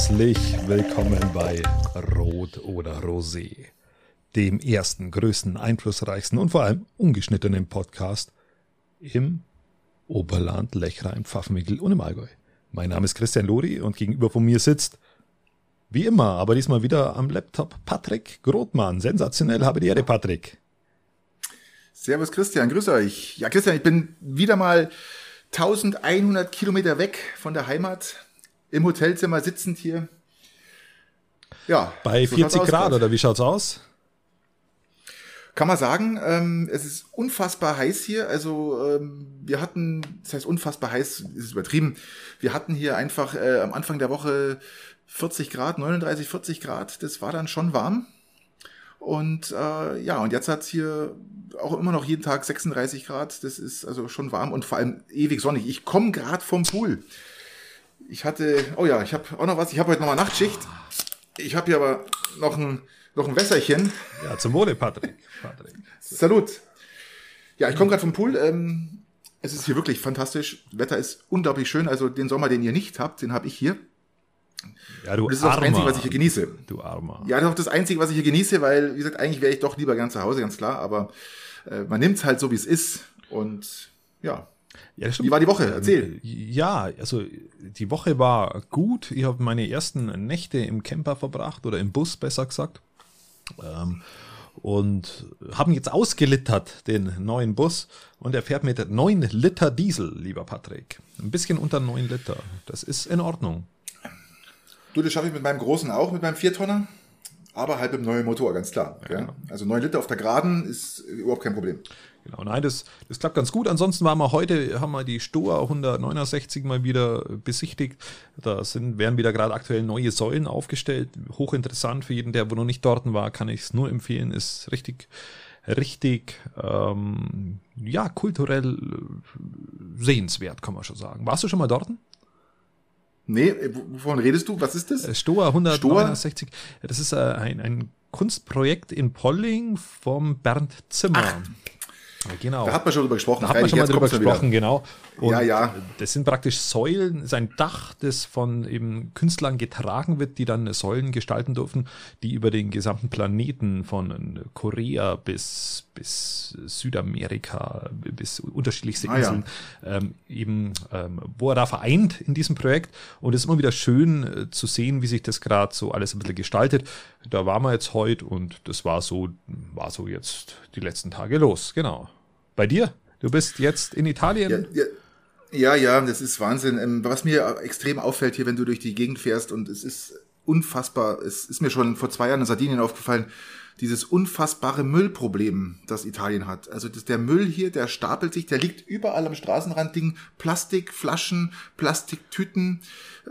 Herzlich willkommen bei Rot oder Rosé, dem ersten, größten, einflussreichsten und vor allem ungeschnittenen Podcast im Oberland, Lechrein, Pfaffenwinkel und im Allgäu. Mein Name ist Christian Lori und gegenüber von mir sitzt, wie immer, aber diesmal wieder am Laptop, Patrick Grothmann. Sensationell, habe die Ehre, Patrick. Servus Christian, grüß euch. Ja Christian, ich bin wieder mal 1100 Kilometer weg von der Heimat, im Hotelzimmer sitzend hier. Ja. Bei so 40 Grad grad. oder wie schaut's aus? Kann man sagen, es ist unfassbar heiß hier. Also wir hatten, das heißt unfassbar heiß, ist übertrieben. Wir hatten hier einfach am Anfang der Woche 40 Grad, 39, 40 Grad. Das war dann schon warm. Und und jetzt hat's hier auch immer noch jeden Tag 36 Grad. Das ist also schon warm und vor allem ewig sonnig. Ich komme gerade vom Pool. Ich habe auch noch was. Ich habe heute nochmal Nachtschicht. Ich habe hier aber noch ein Wässerchen. Ja, zum Wohle, Patrick. Salut. Ja, ich komme gerade vom Pool. Es ist hier wirklich fantastisch. Das Wetter ist unglaublich schön. Also den Sommer, den ihr nicht habt, den habe ich hier. Ja, du das ist auch das Einzige, was ich hier genieße. Du Armer. Ja, das ist auch das Einzige, was ich hier genieße, weil, wie gesagt, eigentlich wäre ich doch lieber gern zu Hause, ganz klar. Aber man nimmt es halt so, wie es ist. Und ja. Ja, das stimmt. Wie war die Woche? Erzähl. Ja, also die Woche war gut. Ich habe meine ersten Nächte im Camper verbracht oder im Bus, besser gesagt. Und haben jetzt ausgelittert, den neuen Bus. Und er fährt mit 9 Liter Diesel, lieber Patrick. Ein bisschen unter 9 Liter. Das ist in Ordnung. Du, das schaffe ich mit meinem Großen auch, mit meinem 4-Tonner. Aber halt mit dem neuen Motor, ganz klar. Ja. Also 9 Liter auf der Geraden ist überhaupt kein Problem. Genau, nein, das klappt ganz gut. Ansonsten haben wir die Stoa 169 mal wieder besichtigt. Da werden wieder gerade aktuell neue Säulen aufgestellt. Hochinteressant für jeden, der noch nicht dort war, kann ich es nur empfehlen. Ist richtig, kulturell sehenswert, kann man schon sagen. Warst du schon mal dort? Nee, wovon redest du? Was ist das? Stoa 169. Stoa? Das ist ein Kunstprojekt in Polling vom Bernd Zimmer. Ach. Genau. Da hat man schon drüber gesprochen. Da hat man schon mal drüber gesprochen, genau. Und ja. Das sind praktisch Säulen, ist ein Dach, das von eben Künstlern getragen wird, die dann Säulen gestalten dürfen, die über den gesamten Planeten von Korea bis Südamerika, bis unterschiedlichste Inseln, wo er da vereint in diesem Projekt. Und es ist immer wieder schön zu sehen, wie sich das gerade so alles ein bisschen gestaltet. Da waren wir jetzt heute und das war so jetzt die letzten Tage los, genau. Bei dir? Du bist jetzt in Italien? Ja, das ist Wahnsinn. Was mir extrem auffällt hier, wenn du durch die Gegend fährst, und es ist unfassbar, es ist mir schon vor 2 Jahren in Sardinien aufgefallen, dieses unfassbare Müllproblem, das Italien hat. Also der Müll hier, der stapelt sich, der liegt überall am Straßenrand, Plastikflaschen, Plastiktüten,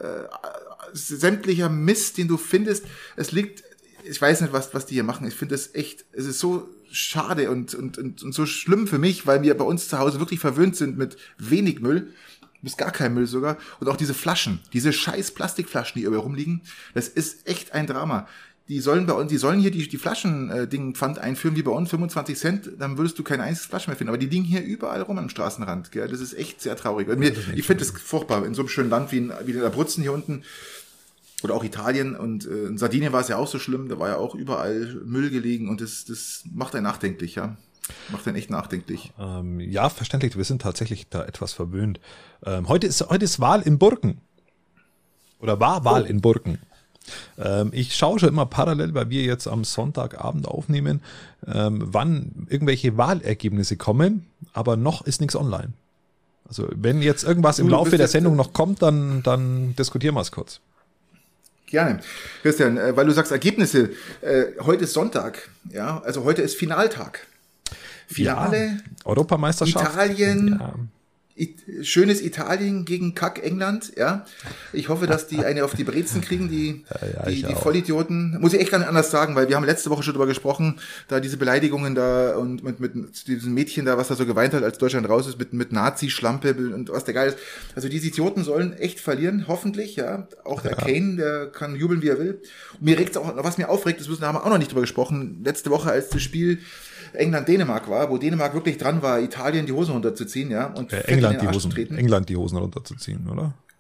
sämtlicher Mist, den du findest. Es liegt, ich weiß nicht, was die hier machen. Ich finde es echt, es ist so schade und so schlimm für mich, weil wir bei uns zu Hause wirklich verwöhnt sind mit wenig Müll, bis gar kein Müll sogar. Und auch diese Flaschen, diese scheiß Plastikflaschen, die überall rumliegen, das ist echt ein Drama. Die sollen hier die Flaschen-Pfand einführen, wie bei uns, 25 Cent, dann würdest du keine einzige Flasche mehr finden. Aber die liegen hier überall rum am Straßenrand, gell? Das ist echt sehr traurig. Ich finde das furchtbar, in so einem schönen Land wie in Abruzzen hier unten. Oder auch Italien, und in Sardinien war es ja auch so schlimm, da war ja auch überall Müll gelegen, und das macht einen nachdenklich, ja. Macht einen echt nachdenklich. Ja, verständlich, wir sind tatsächlich da etwas verwöhnt. Heute ist Wahl in Burgen. Oder war Wahl in Burgen. Ich schaue schon immer parallel, weil wir jetzt am Sonntagabend aufnehmen, wann irgendwelche Wahlergebnisse kommen, aber noch ist nichts online. Also wenn jetzt irgendwas im Laufe der Sendung noch kommt, dann diskutieren wir es kurz. Gerne. Christian, weil du sagst Ergebnisse, heute ist Sonntag, ja, also heute ist Finaltag. Finale, ja, Europameisterschaft. Italien, schönes Italien gegen Kack-England, ja. Ich hoffe, dass die eine auf die Brezen kriegen, die Vollidioten. Muss ich echt gar nicht anders sagen, weil wir haben letzte Woche schon drüber gesprochen, da diese Beleidigungen da und mit diesem Mädchen da, was da so geweint hat, als Deutschland raus ist, mit Nazi-Schlampe und was der geil ist. Also diese Idioten sollen echt verlieren, hoffentlich, ja. Auch der Kane, der kann jubeln, wie er will. Und mir regt's auch, was mir aufregt, da haben wir auch noch nicht drüber gesprochen, letzte Woche, als das Spiel England-Dänemark war, wo Dänemark wirklich dran war, Italien die Hosen runterzuziehen, ja, und England die Hosen runterzuziehen, oder?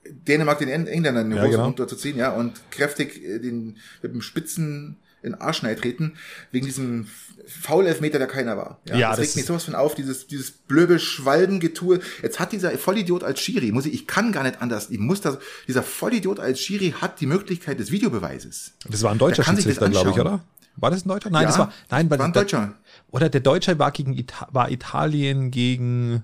Dänemark den Engländern eine Hose genau. runterzuziehen, ja, und kräftig mit dem Spitzen in den Arsch treten, wegen diesem Foul-Elfmeter, der keiner war. Ja, das regt mich sowas von auf, dieses blöde Schwalbengetue. Jetzt hat dieser Vollidiot als Schiri, ich kann gar nicht anders, dieser Vollidiot als Schiri hat die Möglichkeit des Videobeweises. Das war ein deutscher Schiedsrichter, glaube ich, oder? War das ein Deutscher? Nein, ja, war ein Deutscher. Oder der Deutsche war Italien gegen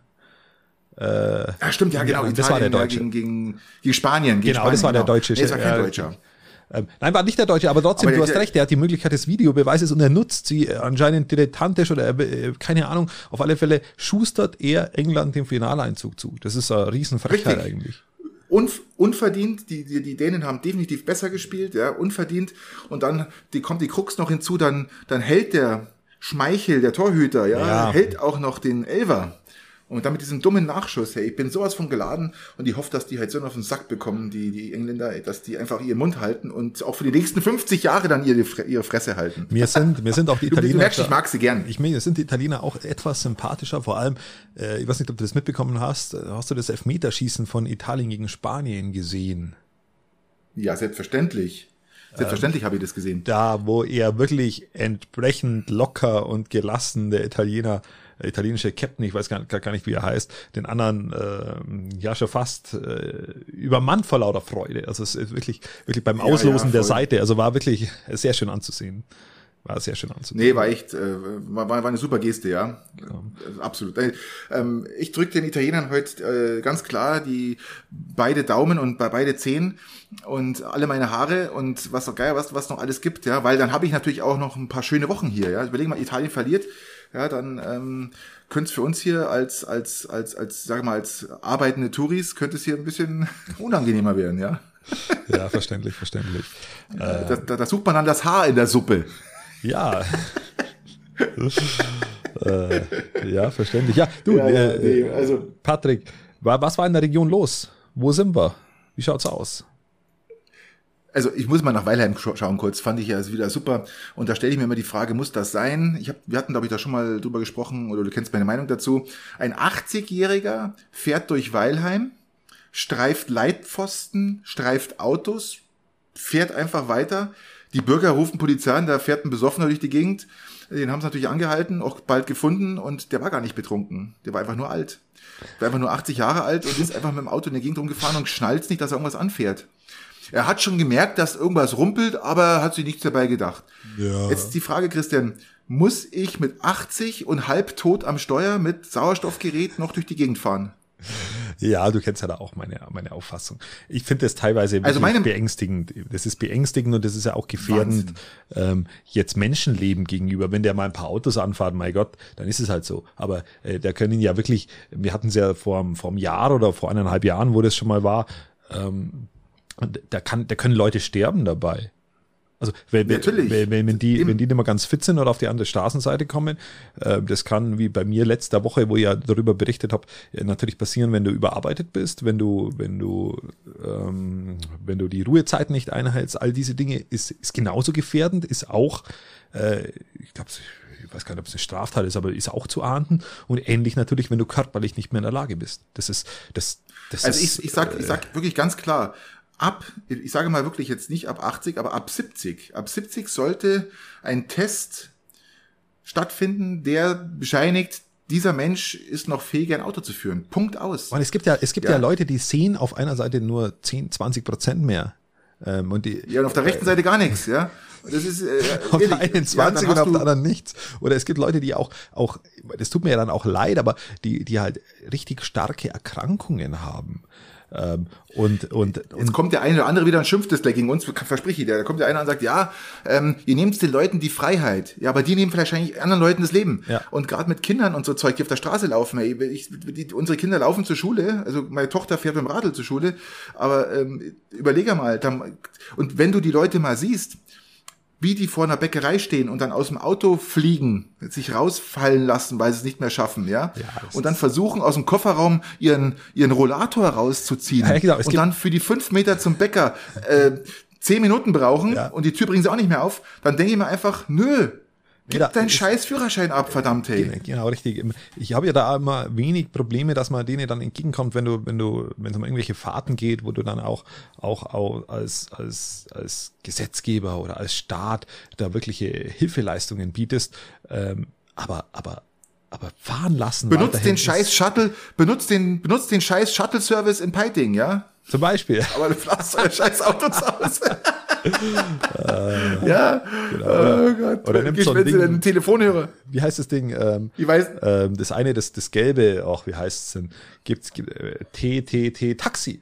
stimmt, ja, genau. Ja, Italien, das war der Deutsche. Gegen Spanien. Genau, Spanien, das war der Deutsche. Nee, das war kein Deutscher. Nein, war nicht der Deutsche, aber trotzdem, du hast recht, der hat die Möglichkeit des Videobeweises und er nutzt sie anscheinend dilettantisch oder keine Ahnung. Auf alle Fälle schustert er England den Finaleinzug zu. Das ist eine Riesenfrechheit eigentlich. Unverdient, die Dänen haben definitiv besser gespielt, ja, unverdient. Und dann kommt die Krux noch hinzu, dann hält der Schmeichel, der Torhüter, hält auch noch den Elfer. Und dann mit diesem dummen Nachschuss, hey, ich bin sowas von geladen und ich hoffe, dass die halt so auf den Sack bekommen, die Engländer, dass die einfach ihren Mund halten und auch für die nächsten 50 Jahre dann ihre Fresse halten. Mir sind auch die Italiener. Du merkst, ich mag sie gern. Mir sind die Italiener auch etwas sympathischer, vor allem, ich weiß nicht, ob du das mitbekommen hast, hast du das Elfmeterschießen von Italien gegen Spanien gesehen? Ja, selbstverständlich. Selbstverständlich habe ich das gesehen. Da, wo er wirklich entsprechend locker und gelassen der italienische Captain, ich weiß gar nicht, wie er heißt, den anderen schon fast übermannt vor lauter Freude. Also es ist wirklich beim Auslosen der Seite, also war wirklich sehr schön anzusehen. Nee, war echt, war eine super Geste, ja. Also, absolut. Ich drücke den Italienern heute ganz klar die beide Daumen und beide Zehen und alle meine Haare und was noch alles gibt, ja, weil dann habe ich natürlich auch noch ein paar schöne Wochen hier, ja. Überlegen mal, Italien verliert, ja, dann könnte es für uns hier als sag mal, als arbeitende Touris, könnte es hier ein bisschen unangenehmer werden, ja. Ja, verständlich. Da sucht man dann das Haar in der Suppe. Ja. Ja, verständlich. Ja, du, also Patrick, was war in der Region los? Wo sind wir? Wie schaut's aus? Also ich muss mal nach Weilheim schauen kurz, fand ich ja wieder super. Und da stelle ich mir immer die Frage, muss das sein? Wir hatten, glaube ich, da schon mal drüber gesprochen, oder du kennst meine Meinung dazu. Ein 80-Jähriger fährt durch Weilheim, streift Leitpfosten, streift Autos, fährt einfach weiter. Die Bürger rufen Polizei an, da fährt ein Besoffener durch die Gegend. Den haben sie natürlich angehalten, auch bald gefunden und der war gar nicht betrunken. Der war einfach nur alt. Der war einfach nur 80 Jahre alt und ist einfach mit dem Auto in der Gegend rumgefahren und schnallt nicht, dass er irgendwas anfährt. Er hat schon gemerkt, dass irgendwas rumpelt, aber hat sich nichts dabei gedacht. Ja. Jetzt die Frage, Christian, muss ich mit 80 und halbtot am Steuer mit Sauerstoffgerät noch durch die Gegend fahren? Ja, du kennst ja da auch meine Auffassung. Ich finde das teilweise wirklich beängstigend. Das ist beängstigend und das ist ja auch gefährdend jetzt Menschenleben gegenüber. Wenn der mal ein paar Autos anfährt, mein Gott, dann ist es halt so. Aber da können ja wirklich, wir hatten es ja vor einem Jahr oder vor 1,5 Jahren, wo das schon mal war, da können Leute sterben dabei. Also wenn die nicht mehr ganz fit sind oder auf die andere Straßenseite kommen, das kann wie bei mir letzter Woche, wo ich ja darüber berichtet habe, natürlich passieren, wenn du überarbeitet bist, wenn du die Ruhezeit nicht einhältst, all diese Dinge ist genauso gefährdend, ist auch, ich weiß gar nicht, ob es eine Straftat ist, aber ist auch zu ahnden und ähnlich natürlich, wenn du körperlich nicht mehr in der Lage bist. Ich sag wirklich ganz klar, ich sage mal wirklich jetzt nicht ab 80, aber ab 70. Ab 70 sollte ein Test stattfinden, der bescheinigt, dieser Mensch ist noch fähig, ein Auto zu führen. Punkt aus. Und es gibt ja Leute, die sehen auf einer Seite nur 10-20% mehr. Und auf der rechten Seite gar nichts, ja. Das ist auf der einen 20 und auf der anderen nichts. Oder es gibt Leute, die auch, das tut mir ja dann auch leid, aber die halt richtig starke Erkrankungen haben. Jetzt kommt der eine oder andere wieder und schimpft das gegen uns, versprich ich dir. Da kommt der eine und sagt, ja, ihr nehmt den Leuten die Freiheit. Ja, aber die nehmen vielleicht wahrscheinlich anderen Leuten das Leben. Ja. Und gerade mit Kindern und so Zeug, die auf der Straße laufen. Unsere Kinder laufen zur Schule, also meine Tochter fährt mit dem Radl zur Schule, aber überleg mal, und wenn du die Leute mal siehst, wie die vor einer Bäckerei stehen und dann aus dem Auto fliegen, sich rausfallen lassen, weil sie es nicht mehr schaffen, ja und dann versuchen, aus dem Kofferraum ihren Rollator rauszuziehen und dann für die 5 Meter zum Bäcker 10 Minuten brauchen und die Tür bringen sie auch nicht mehr auf, dann denke ich mir einfach, nö, Gib deinen scheiß Führerschein ab, verdammt, hey. Genau, richtig. Ich habe ja da immer wenig Probleme, dass man denen dann entgegenkommt, wenn es um irgendwelche Fahrten geht, wo du dann auch als Gesetzgeber oder als Staat da wirkliche Hilfeleistungen bietest. Aber fahren lassen. Benutzt den scheiß Shuttle-Service in Peiting, ja? Zum Beispiel. Aber du lasst euer scheiß Auto zu Hause. Ja. Genau. Oh Gott. Oder nimmst so ein Ding, einen Telefonhörer. Wie heißt das Ding? Ich weiß. Das eine, das Gelbe, auch wie heißt es denn? Gibt Taxi.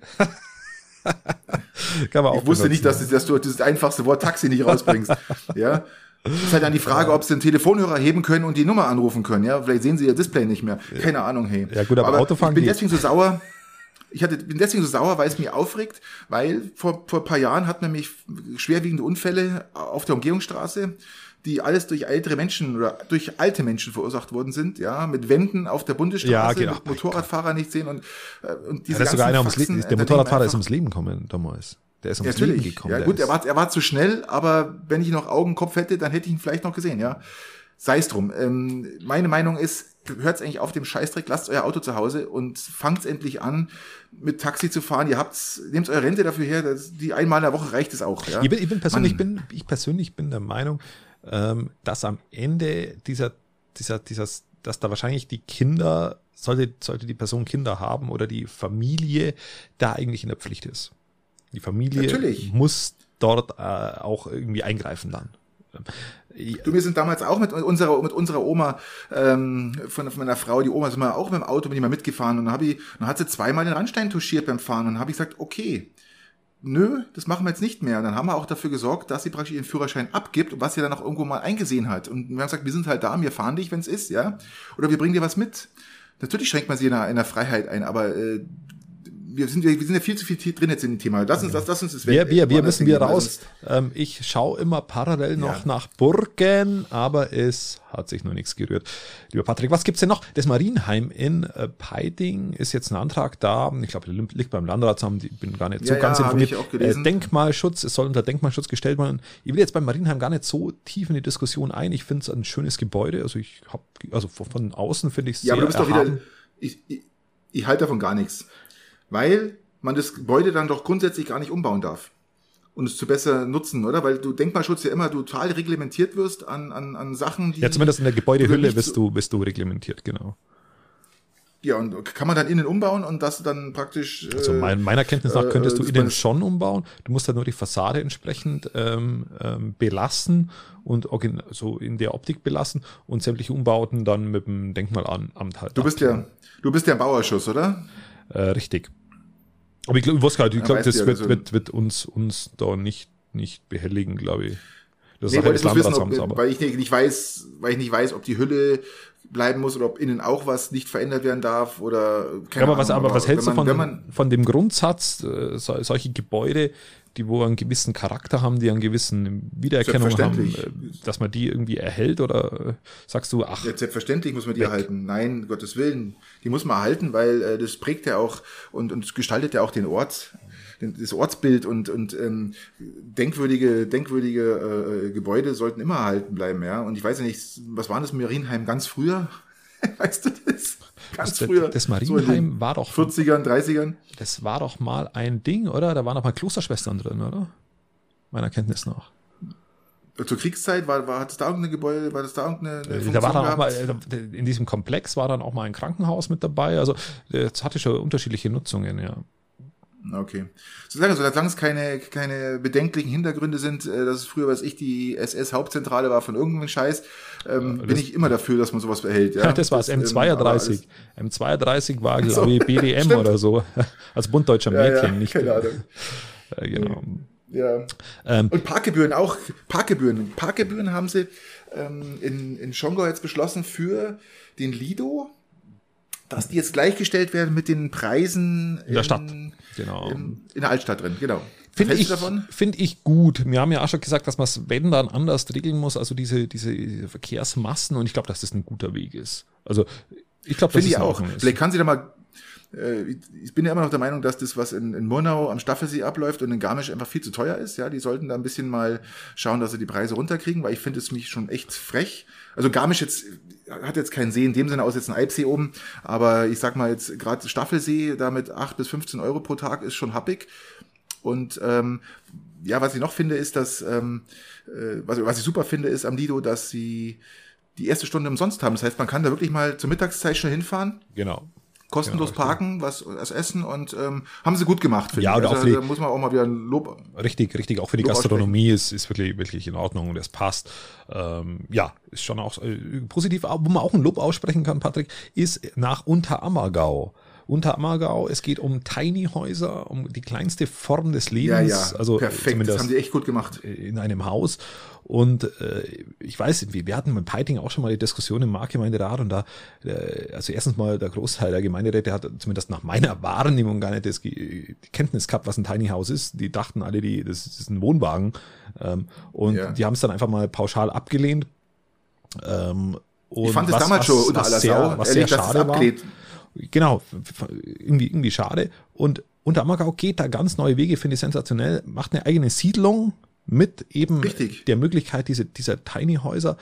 Kann man auch ich wusste nicht, dass du das einfachste Wort Taxi nicht rausbringst. Ja. Das ist halt dann die Frage, ob sie den Telefonhörer heben können und die Nummer anrufen können. Ja, vielleicht sehen sie ihr Display nicht mehr. Keine Ahnung, hey. Ja gut, aber Autofahren ich bin deswegen so sauer. Bin deswegen so sauer, weil es mich aufregt, weil vor ein paar Jahren hatten nämlich schwerwiegende Unfälle auf der Umgehungsstraße, die alles durch ältere Menschen oder durch alte Menschen verursacht worden sind, ja, mit Wänden auf der Bundesstraße, ja, genau. mit Motorradfahrer nicht sehen und diese ja, sogar einer Faxen, der Motorradfahrer ist ums Leben gekommen damals. Der ist ums Leben gekommen. Ja gut, er war zu schnell, aber wenn ich noch Augen, Kopf hätte, dann hätte ich ihn vielleicht noch gesehen, ja. Sei es drum. Meine Meinung ist, hört's eigentlich auf dem Scheißdreck, lasst euer Auto zu Hause und fangt's endlich an, mit Taxi zu fahren. Nehmt eure Rente dafür her, die einmal in der Woche reicht es auch. Ja? Ich persönlich bin der Meinung, dass am Ende dass da wahrscheinlich die Kinder, sollte die Person Kinder haben oder die Familie da eigentlich in der Pflicht ist. Die Familie Natürlich. muss dort auch irgendwie eingreifen dann. Wir sind damals auch mit unserer Oma, von meiner Frau, die Oma, sind wir auch mit dem Auto, bin ich mal mitgefahren und dann hat sie zweimal den Randstein touchiert beim Fahren und dann habe ich gesagt, okay, nö, das machen wir jetzt nicht mehr. Und dann haben wir auch dafür gesorgt, dass sie praktisch ihren Führerschein abgibt, was sie dann auch irgendwo mal eingesehen hat. Und wir haben gesagt, wir sind halt da, wir fahren dich, wenn es ist, ja. Oder wir bringen dir was mit. Natürlich schränkt man sie in der Freiheit ein, aber wir sind ja viel zu viel drin jetzt in dem Thema. Lass uns das wir müssen hier raus. Ich schaue immer parallel noch nach Burgen, aber es hat sich noch nichts gerührt. Lieber Patrick, was gibt's denn noch? Das Marienheim in Peiting ist jetzt ein Antrag da. Ich glaube, der liegt beim Landratsamt. Ich bin gar nicht so ganz informiert. Ich auch gelesen. Denkmalschutz, es soll unter Denkmalschutz gestellt werden. Ich will jetzt beim Marienheim gar nicht so tief in die Diskussion ein. Ich finde es ein schönes Gebäude. Also von außen finde ich es sehr aber du bist erhaben. doch wieder, ich halte davon gar nichts. Weil man das Gebäude dann doch grundsätzlich gar nicht umbauen darf und es zu besser nutzen, oder? Weil du Denkmalschutz ja immer total reglementiert wirst an Sachen, die... Ja, zumindest in der Gebäudehülle bist du reglementiert, genau. Ja, und kann man dann innen umbauen und das dann praktisch... Also meiner Kenntnis nach könntest du innen schon umbauen. Du musst halt nur die Fassade entsprechend belassen und so in der Optik belassen und sämtliche Umbauten dann mit dem Denkmalamt halt. Du bist ja im Bauausschuss, oder? Richtig. Aber ich glaube, das wird uns da nicht behelligen, glaube ich. Das ist das weil ich nicht weiß, ob die Hülle bleiben muss oder ob innen auch was nicht verändert werden darf oder keine Ahnung. Aber was hältst du von dem Grundsatz, solche Gebäude, die wo einen gewissen Charakter haben, die einen gewissen Wiedererkennung haben, dass man die irgendwie erhält, oder sagst du, ach... Ja, selbstverständlich muss man die erhalten. Nein, Gottes Willen. Die muss man erhalten, weil das prägt ja auch und gestaltet ja auch den Ort, das Ortsbild und denkwürdige Gebäude sollten immer erhalten bleiben, ja. Und ich weiß ja nicht, was war das Marienheim ganz früher? Weißt du das? Ganz früher. Das Marienheim so war doch... 40ern, 30ern. Das war doch mal ein Ding, oder? Da waren doch mal Klosterschwestern drin, oder? Meiner Kenntnis nach. Zur Kriegszeit hat es da irgendein Gebäude, war das da irgendeine da war dann auch mal, in diesem Komplex war dann auch mal ein Krankenhaus mit dabei. Also es hatte schon unterschiedliche Nutzungen, ja. Okay. Solange es keine bedenklichen Hintergründe sind, dass es früher, die SS-Hauptzentrale war von irgendeinem Scheiß, bin ich immer dafür, dass man sowas behält. Ja, das war das M32. M32 war, glaube ich, BDM oder so. Als Bund Deutscher Mädchen, nicht. Keine Ahnung. Genau. Ja. Und Parkgebühren auch. Parkgebühren haben sie in Schongau jetzt beschlossen für den Lido, dass die jetzt gleichgestellt werden mit den Preisen in der Stadt, genau. In der Altstadt drin, genau. Finde ich gut. Wir haben ja auch schon gesagt, dass man es, wenn dann, anders regeln muss, also diese Verkehrsmassen, und ich glaube, dass das ein guter Weg ist. Also ich glaube, das ist auch. Vielleicht kann sie da mal ich bin ja immer noch der Meinung, dass das, was in Murnau am Staffelsee abläuft und in Garmisch einfach viel zu teuer ist. Ja, die sollten da ein bisschen mal schauen, dass sie die Preise runterkriegen, weil ich finde es mich schon echt frech. Also Garmisch hat jetzt keinen See in dem Sinne, aus jetzt ein Eibsee oben, aber ich sag mal jetzt gerade Staffelsee da mit 8 bis 15 Euro pro Tag ist schon happig. Und was ich noch finde, ist, dass was ich super finde, ist am Lido, dass sie die erste Stunde umsonst haben. Das heißt, man kann da wirklich mal zur Mittagszeit schnell hinfahren. Genau. Kostenlos parken, was essen und haben sie gut gemacht, finde ich. Also, da muss man auch mal wieder ein Lob. Richtig, auch für die Gastronomie ist wirklich in Ordnung und das passt. Ist schon auch positiv, wo man auch ein Lob aussprechen kann, Patrick, ist nach Unterammergau. Unterammergau, es geht um Tiny Häuser, um die kleinste Form des Lebens. Ja, also perfekt, das haben die echt gut gemacht. In einem Haus. Und ich weiß, wir hatten mit Peiting auch schon mal die Diskussion im Marktgemeinderat und da, also erstens mal der Großteil der Gemeinderäte hat zumindest nach meiner Wahrnehmung gar nicht die Kenntnis gehabt, was ein Tiny House ist. Die dachten alle, das ist ein Wohnwagen. Die haben es dann einfach mal pauschal abgelehnt. Ich fand es damals schon unter aller Sau, was sehr schade war. Genau, irgendwie schade. Und Unterammergau geht da ganz neue Wege, finde ich sensationell, macht eine eigene Siedlung mit eben der Möglichkeit dieser Tiny Häuser.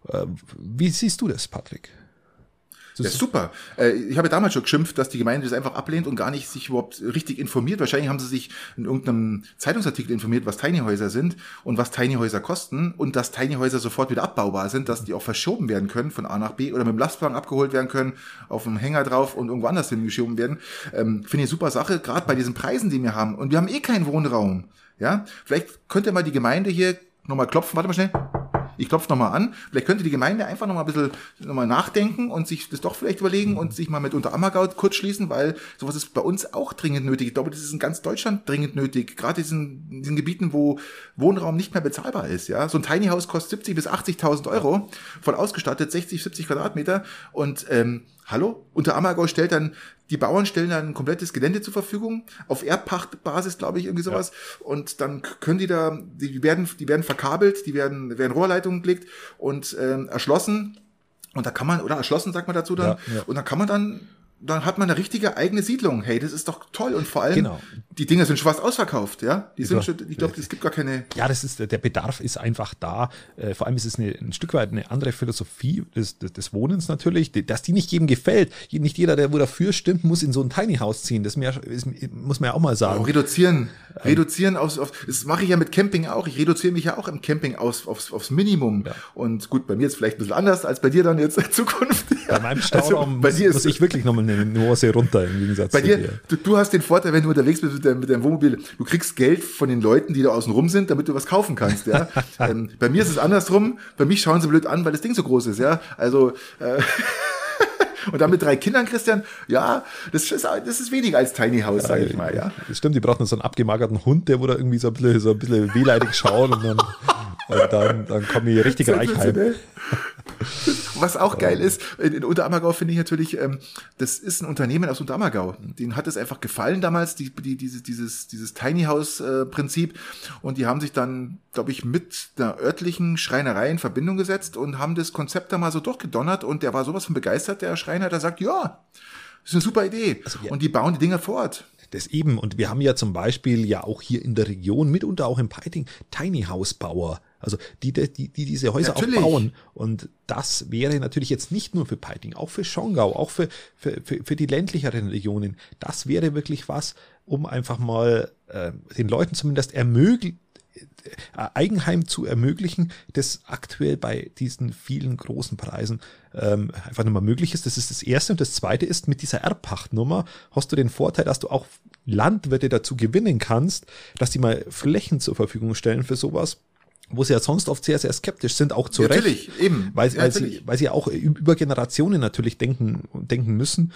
Wie siehst du das, Patrick? Ja, super. Ich habe damals schon geschimpft, dass die Gemeinde das einfach ablehnt und gar nicht sich überhaupt richtig informiert. Wahrscheinlich haben sie sich in irgendeinem Zeitungsartikel informiert, was Tiny Häuser sind und was Tiny Häuser kosten und dass Tiny Häuser sofort wieder abbaubar sind, dass die auch verschoben werden können von A nach B oder mit dem Lastwagen abgeholt werden können, auf dem Hänger drauf und irgendwo anders hingeschoben werden. Finde ich eine super Sache, gerade bei diesen Preisen, die wir haben. Und wir haben keinen Wohnraum. Ja, vielleicht könnte mal die Gemeinde hier nochmal klopfen. Warte mal schnell. Ich klopfe nochmal an. Vielleicht könnte die Gemeinde einfach nochmal ein bisschen nachdenken und sich das doch vielleicht überlegen und sich mal mit Unterammergau kurz schließen, weil sowas ist bei uns auch dringend nötig. Ich glaube, das ist in ganz Deutschland dringend nötig. Gerade in diesen Gebieten, wo Wohnraum nicht mehr bezahlbar ist. Ja, so ein Tiny House kostet 70.000 bis 80.000 Euro, voll ausgestattet, 60, 70 Quadratmeter. Und hallo, Unterammergau die Bauern stellen dann ein komplettes Gelände zur Verfügung, auf Erbpachtbasis, glaube ich, irgendwie sowas. Ja. Und dann können die werden verkabelt, die werden Rohrleitungen gelegt und erschlossen. Und da kann man, oder erschlossen sagt man dazu dann, und dann kann man dann hat man eine richtige eigene Siedlung. Hey, das ist doch toll. Und vor allem, die Dinger sind schon fast ausverkauft, ja. Ich glaube, es gibt gar keine. Ja, der Bedarf ist einfach da. Vor allem ist es ein Stück weit eine andere Philosophie des Wohnens natürlich, dass die nicht jedem gefällt. Nicht jeder, der wo dafür stimmt, muss in so ein Tiny House ziehen. Das muss man ja auch mal sagen. Reduzieren das mache ich ja mit Camping auch. Ich reduziere mich ja auch im Camping aufs Minimum. Ja. Und gut, bei mir jetzt vielleicht ein bisschen anders als bei dir dann jetzt in Zukunft. Bei meinem Stauraum muss ich wirklich nochmal eine Nuance runter im Gegensatz zu dir. Du hast den Vorteil, wenn du unterwegs bist mit deinem Wohnmobil, du kriegst Geld von den Leuten, die da außen rum sind, damit du was kaufen kannst. Ja? Bei mir ist es andersrum. Bei mich schauen sie blöd an, weil das Ding so groß ist. Ja, also und dann mit 3 Kindern, Christian, ja, das ist weniger als Tiny House, sage ich mal. Ja, das stimmt. Die brauchen so einen abgemagerten Hund, der wo da irgendwie so ein bisschen wehleidig schaut und dann komme ich richtig reich heim. Was auch geil ist, in Unterammergau finde ich natürlich, das ist ein Unternehmen aus Unterammergau. Denen hat es einfach gefallen damals, dieses Tiny House Prinzip. Und die haben sich dann, glaube ich, mit der örtlichen Schreinerei in Verbindung gesetzt und haben das Konzept da mal so durchgedonnert. Und der war sowas von begeistert, der Schreiner, der sagt, ja, das ist eine super Idee. Also, und die bauen die Dinger fort. Das eben. Und wir haben ja zum Beispiel ja auch hier in der Region, mitunter auch im Peiting, Tiny House Bauer. Also die diese Häuser natürlich auch bauen. Und das wäre natürlich jetzt nicht nur für Peiting, auch für Schongau, auch für die ländlicheren Regionen. Das wäre wirklich was, um einfach mal den Leuten zumindest Eigenheim zu ermöglichen, das aktuell bei diesen vielen großen Preisen einfach nicht mehr möglich ist. Das ist das Erste. Und das Zweite ist, mit dieser Erbpachtnummer hast du den Vorteil, dass du auch Landwirte dazu gewinnen kannst, dass die mal Flächen zur Verfügung stellen für sowas, wo sie ja sonst oft sehr, sehr skeptisch sind, auch zu Recht. Natürlich, eben. Weil sie ja auch über Generationen natürlich denken müssen,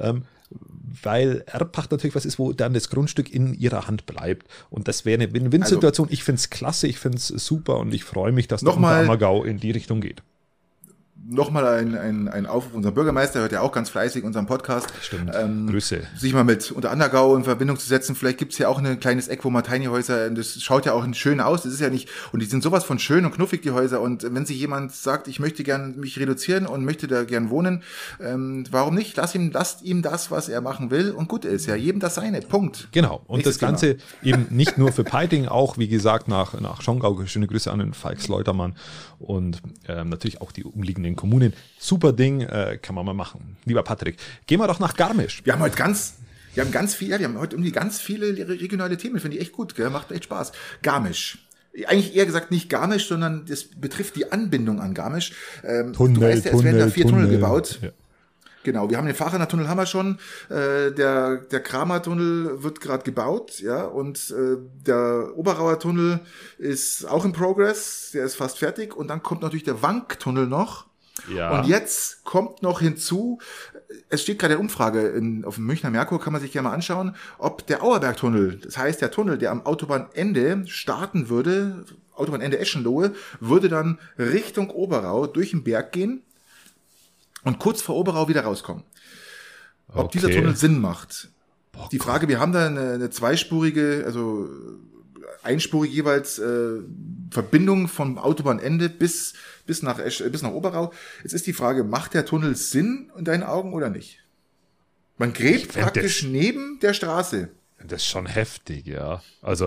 weil Erbpacht natürlich was ist, wo dann das Grundstück in ihrer Hand bleibt. Und das wäre eine Win-Win-Situation. Ich finde es klasse, ich finde es super und ich freue mich, dass der Unterammergau in die Richtung geht. nochmal ein Aufruf, unser Bürgermeister hört ja auch ganz fleißig unseren Podcast. Stimmt, Grüße. Sich mal mit Unterandergau in Verbindung zu setzen. Vielleicht gibt's ja auch ein kleines Eck, wo mal Tiny Häuser, das schaut ja auch schön aus, das ist ja nicht, und die sind sowas von schön und knuffig, die Häuser, und wenn sich jemand sagt, ich möchte gern mich reduzieren und möchte da gern wohnen, warum nicht? Lasst ihm das, was er machen will, und gut ist, ja, jedem das seine, Punkt. Genau, und Nächstes das Ganze eben nicht nur für Peiting, auch wie gesagt nach Schongau, schöne Grüße an den Falks Leutermann und natürlich auch die umliegenden Kommunen. Super Ding, kann man mal machen. Lieber Patrick, gehen wir doch nach Garmisch. Wir haben heute irgendwie ganz viele regionale Themen, finde ich echt gut, gell? Macht echt Spaß. Garmisch. Eigentlich eher gesagt nicht Garmisch, sondern das betrifft die Anbindung an Garmisch. Du weißt ja, es werden da 4 Tunnel gebaut. Ja. Genau, wir haben den Fachaner Tunnel haben wir schon, der Kramer Tunnel wird gerade gebaut, ja, und der Oberauer Tunnel ist auch in Progress, der ist fast fertig, und dann kommt natürlich der Wank-Tunnel noch. Ja. Und jetzt kommt noch hinzu, es steht gerade eine Umfrage auf dem Münchner Merkur, kann man sich gerne mal anschauen, ob der Auerberg-Tunnel, das heißt der Tunnel, der am Autobahnende starten würde, Autobahnende Eschenlohe, würde dann Richtung Oberau durch den Berg gehen und kurz vor Oberau wieder rauskommen. Ob dieser Tunnel Sinn macht. Die Frage, wir haben da eine zweispurige, also einspurig jeweils Verbindung vom Autobahnende bis nach Oberau. Jetzt ist die Frage, macht der Tunnel Sinn in deinen Augen oder nicht? Man gräbt praktisch neben der Straße. Das ist schon heftig, ja. Also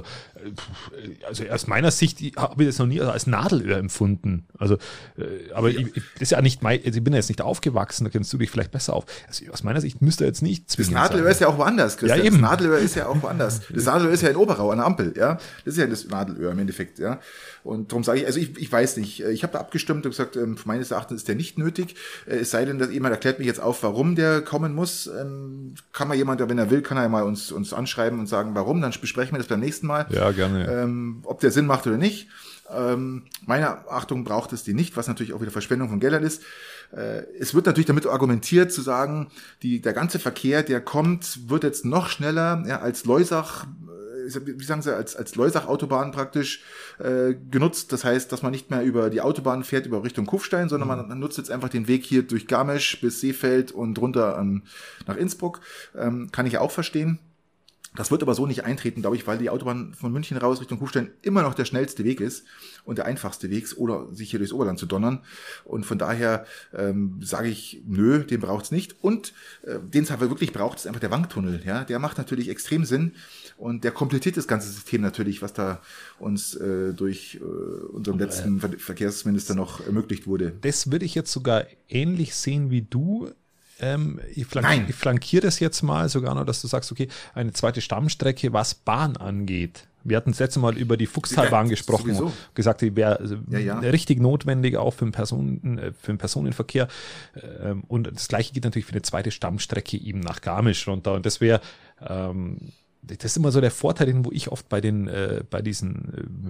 aus meiner Sicht habe ich das noch nie als Nadelöhr empfunden. Also, aber das ist ja nicht ich bin ja jetzt nicht aufgewachsen, da kennst du dich vielleicht besser auf. Also aus meiner Sicht müsste er jetzt nicht zwingend Das Nadelöhr ist ja auch woanders, Christian. Ja, eben. Das Nadelöhr ist ja auch woanders. Das Nadelöhr ist ja in Oberau an der Ampel, ja. Das ist ja das Nadelöhr im Endeffekt, ja. Und darum sage ich, also ich weiß nicht. Ich habe da abgestimmt und gesagt, meines Erachtens ist der nicht nötig. Es sei denn, dass jemand erklärt mich jetzt auf, warum der kommen muss. Kann mal jemand, wenn er will, kann er ja mal uns anschreiben und sagen, warum. Dann besprechen wir das beim nächsten Mal. Ja, gerne. Ob der Sinn macht oder nicht. Meiner Achtung braucht es die nicht, was natürlich auch wieder Verschwendung von Geldern ist. Es wird natürlich damit argumentiert, zu sagen, der ganze Verkehr, der kommt, wird jetzt noch schneller, ja, als Loisach, wie sagen sie, als Loisach-Autobahn praktisch genutzt. Das heißt, dass man nicht mehr über die Autobahn fährt, über Richtung Kufstein, sondern man nutzt jetzt einfach den Weg hier durch Garmisch bis Seefeld und runter nach Innsbruck. Kann ich auch verstehen. Das wird aber so nicht eintreten, glaube ich, weil die Autobahn von München raus Richtung Kufstein immer noch der schnellste Weg ist und der einfachste Weg, oder sich hier durchs Oberland zu donnern. Und von daher sage ich, nö, den braucht's nicht. Und den es aber wirklich braucht, ist einfach der Wanktunnel. Ja, der macht natürlich extrem Sinn und der komplettiert das ganze System natürlich, was da uns durch unseren letzten Verkehrsminister noch ermöglicht wurde. Das würde ich jetzt sogar ähnlich sehen wie du. Ich flankiere das jetzt mal sogar noch, dass du sagst, okay, eine zweite Stammstrecke, was Bahn angeht. Wir hatten das letzte Mal über die Fuchstalbahn gesprochen und gesagt, die wäre richtig notwendig auch für den Personenverkehr. Und das Gleiche geht natürlich für eine zweite Stammstrecke eben nach Garmisch runter. Und das wäre das ist immer so der Vorteil, den wo ich oft bei diesen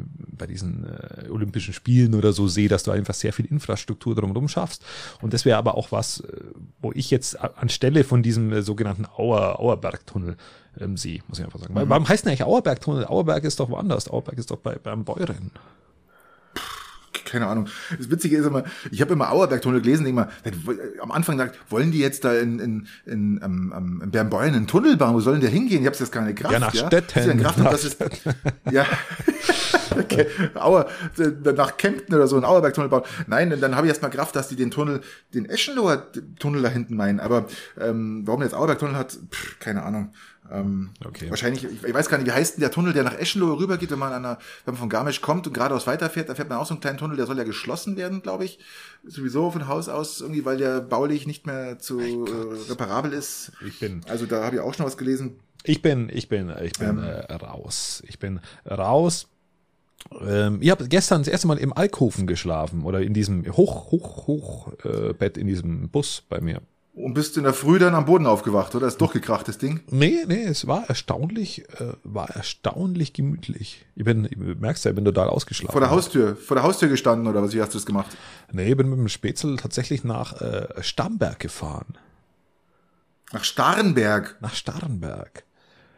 Olympischen Spielen oder so sehe, dass du einfach sehr viel Infrastruktur drumherum schaffst. Und das wäre aber auch was, wo ich jetzt anstelle von diesem sogenannten Auerbergtunnel sehe, muss ich einfach sagen. Weil, warum heißt denn eigentlich Auerbergtunnel? Auerberg ist doch woanders. Auerberg ist doch beim Beuren. Keine Ahnung. Das Witzige ist immer, ich habe immer Auerbergtunnel gelesen, denke mal, am Anfang gesagt, wollen die jetzt da in Bernbeuern einen Tunnel bauen? Wo sollen die hingehen? Ich habe jetzt gar keine Kraft. Ja, nach Stetten. Ja. Nach Kempten oder so einen Auerbergtunnel bauen. Nein, dann habe ich erstmal Kraft, dass die den Eschenloher Tunnel da hinten meinen. Aber warum der jetzt Auerbergtunnel hat, keine Ahnung. Okay. Wahrscheinlich, ich weiß gar nicht, wie heißt denn der Tunnel, der nach Eschenlohe rübergeht, wenn man von Garmisch kommt und geradeaus weiterfährt, da fährt man auch so einen kleinen Tunnel, der soll ja geschlossen werden, glaube ich, sowieso von Haus aus irgendwie, weil der baulich nicht mehr zu reparabel ist. Also da habe ich auch schon was gelesen. Ich bin raus. Ich bin raus. Ich habe gestern das erste Mal im Alkoven geschlafen oder in diesem Hochbett in diesem Bus bei mir. Und bist in der Früh dann am Boden aufgewacht, oder? Ist durchgekracht, das Ding? Nee, es war erstaunlich gemütlich. Ich bin total ausgeschlafen. Vor der Haustür gestanden, oder wie hast du das gemacht? Nee, ich bin mit dem Spätzl tatsächlich nach Starnberg gefahren. Nach Starnberg? Nach Starnberg.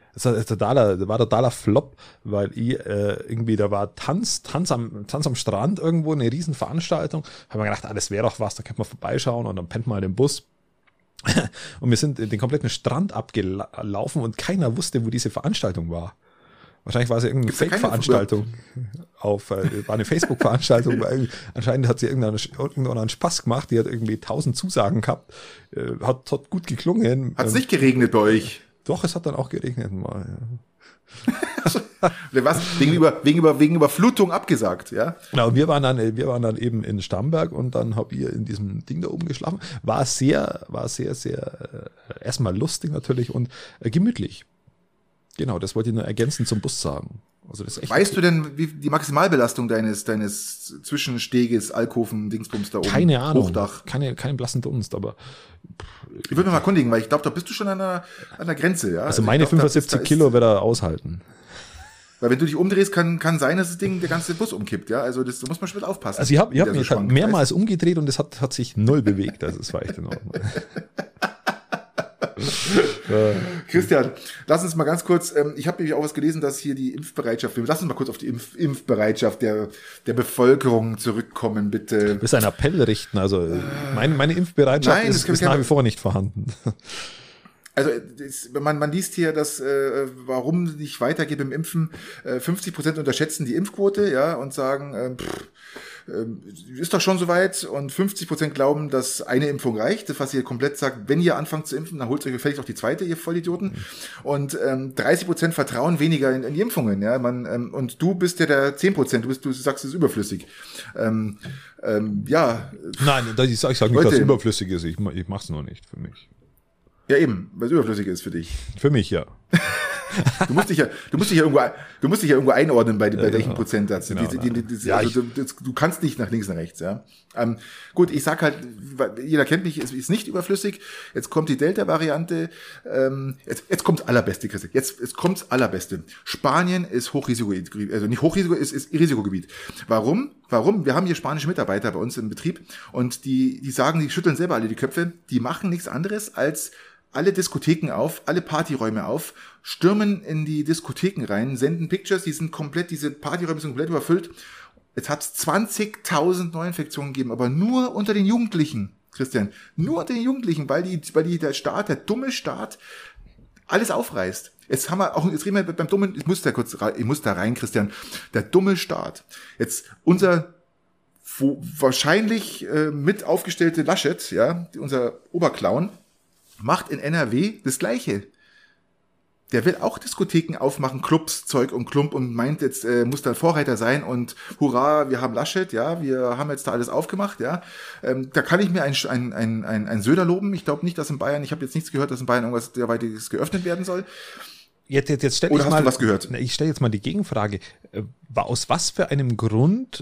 Das war totaler Flop, weil irgendwie, da war Tanz am Strand irgendwo, eine Riesenveranstaltung. Haben wir gedacht, das wäre doch was, da könnte man vorbeischauen und dann pennt man den Bus. Und wir sind den kompletten Strand abgelaufen und keiner wusste, wo diese Veranstaltung war. Wahrscheinlich war es ja irgendeine Fake-Veranstaltung. War eine Facebook-Veranstaltung, weil anscheinend hat sie irgendeinen Spaß gemacht, die hat irgendwie 1000 Zusagen gehabt, hat gut geklungen. Hat es nicht geregnet bei euch? Doch, es hat dann auch geregnet mal. Ja. Was? Wegen Überflutung abgesagt, ja? Genau, wir waren dann eben in Starnberg und dann habe ich in diesem Ding da oben geschlafen. War sehr, erstmal lustig natürlich und gemütlich. Genau, das wollte ich nur ergänzend zum Bus sagen. Also das ist echt weißt du denn, wie die Maximalbelastung deines Zwischensteges, Alkoven, Dingsbums da oben? Keine Ahnung. Hochdach. Keinen blassen Dunst, aber ich würde mich mal erkundigen, weil ich glaube, da bist du schon an der Grenze, ja. Also meine 75 Kilo wird er aushalten. Weil wenn du dich umdrehst, kann sein, dass das Ding der ganze Bus umkippt, ja. Also da muss man schon mit aufpassen. Also ich hab mich halt mehrmals umgedreht und es hat sich null bewegt. Also es war echt in Ordnung. Christian, lass uns mal ganz kurz, ich habe nämlich auch was gelesen, dass hier die Impfbereitschaft, lass uns mal kurz auf die Impfbereitschaft der Bevölkerung zurückkommen, bitte. Du willst einen Appell richten, also meine Impfbereitschaft ist nach wie vor nicht vorhanden. Also man liest hier, dass warum nicht weitergeht im Impfen, 50% unterschätzen die Impfquote, ja, und sagen, ist doch schon soweit, und 50% glauben, dass eine Impfung reicht, das was ihr komplett sagt, wenn ihr anfangt zu impfen, dann holt euch gefälligst auch die zweite, ihr Vollidioten. Und 30% vertrauen weniger in die Impfungen, ja, und du bist ja der 10%, du sagst, es ist überflüssig. Ja. Nein, ich sag nicht, Leute, dass es überflüssig ist, ich mach's nur nicht für mich. Ja eben, weil es überflüssig ist für dich. Für mich, ja. Du musst dich ja irgendwo einordnen bei welchen Prozentsatz. Genau, du kannst nicht nach links und rechts, ja. Gut, ich sag halt, jeder kennt mich, es ist nicht überflüssig. Jetzt kommt die Delta-Variante. Jetzt kommt das Allerbeste, Christian. Jetzt kommt das Allerbeste. Spanien ist Hochrisikogebiet, also nicht Hochrisiko, ist Risikogebiet. Warum? Wir haben hier spanische Mitarbeiter bei uns im Betrieb und die sagen, die schütteln selber alle die Köpfe. Die machen nichts anderes als alle Diskotheken auf, alle Partyräume auf, stürmen in die Diskotheken rein, senden Pictures, diese Partyräume sind komplett überfüllt. Jetzt hat es 20.000 Neuinfektionen gegeben, aber nur unter den Jugendlichen, Christian, nur unter den Jugendlichen, weil der dumme Staat, alles aufreißt. Jetzt reden wir beim dummen, ich muss da rein, Christian, der dumme Staat. Jetzt unser wahrscheinlich mit aufgestellte Laschet, ja, unser Oberclown, macht in NRW das Gleiche. Der will auch Diskotheken aufmachen, Clubs, Zeug und Klump und meint jetzt, muss da Vorreiter sein und hurra, wir haben Laschet, ja, wir haben jetzt da alles aufgemacht, ja. Da kann ich mir ein Söder loben. Ich glaube nicht, dass in Bayern, ich habe jetzt nichts gehört, dass in Bayern irgendwas derweitiges geöffnet werden soll. Jetzt stell Oder ich hast mal, du was gehört? Ich stelle jetzt mal die Gegenfrage. Aus was für einem Grund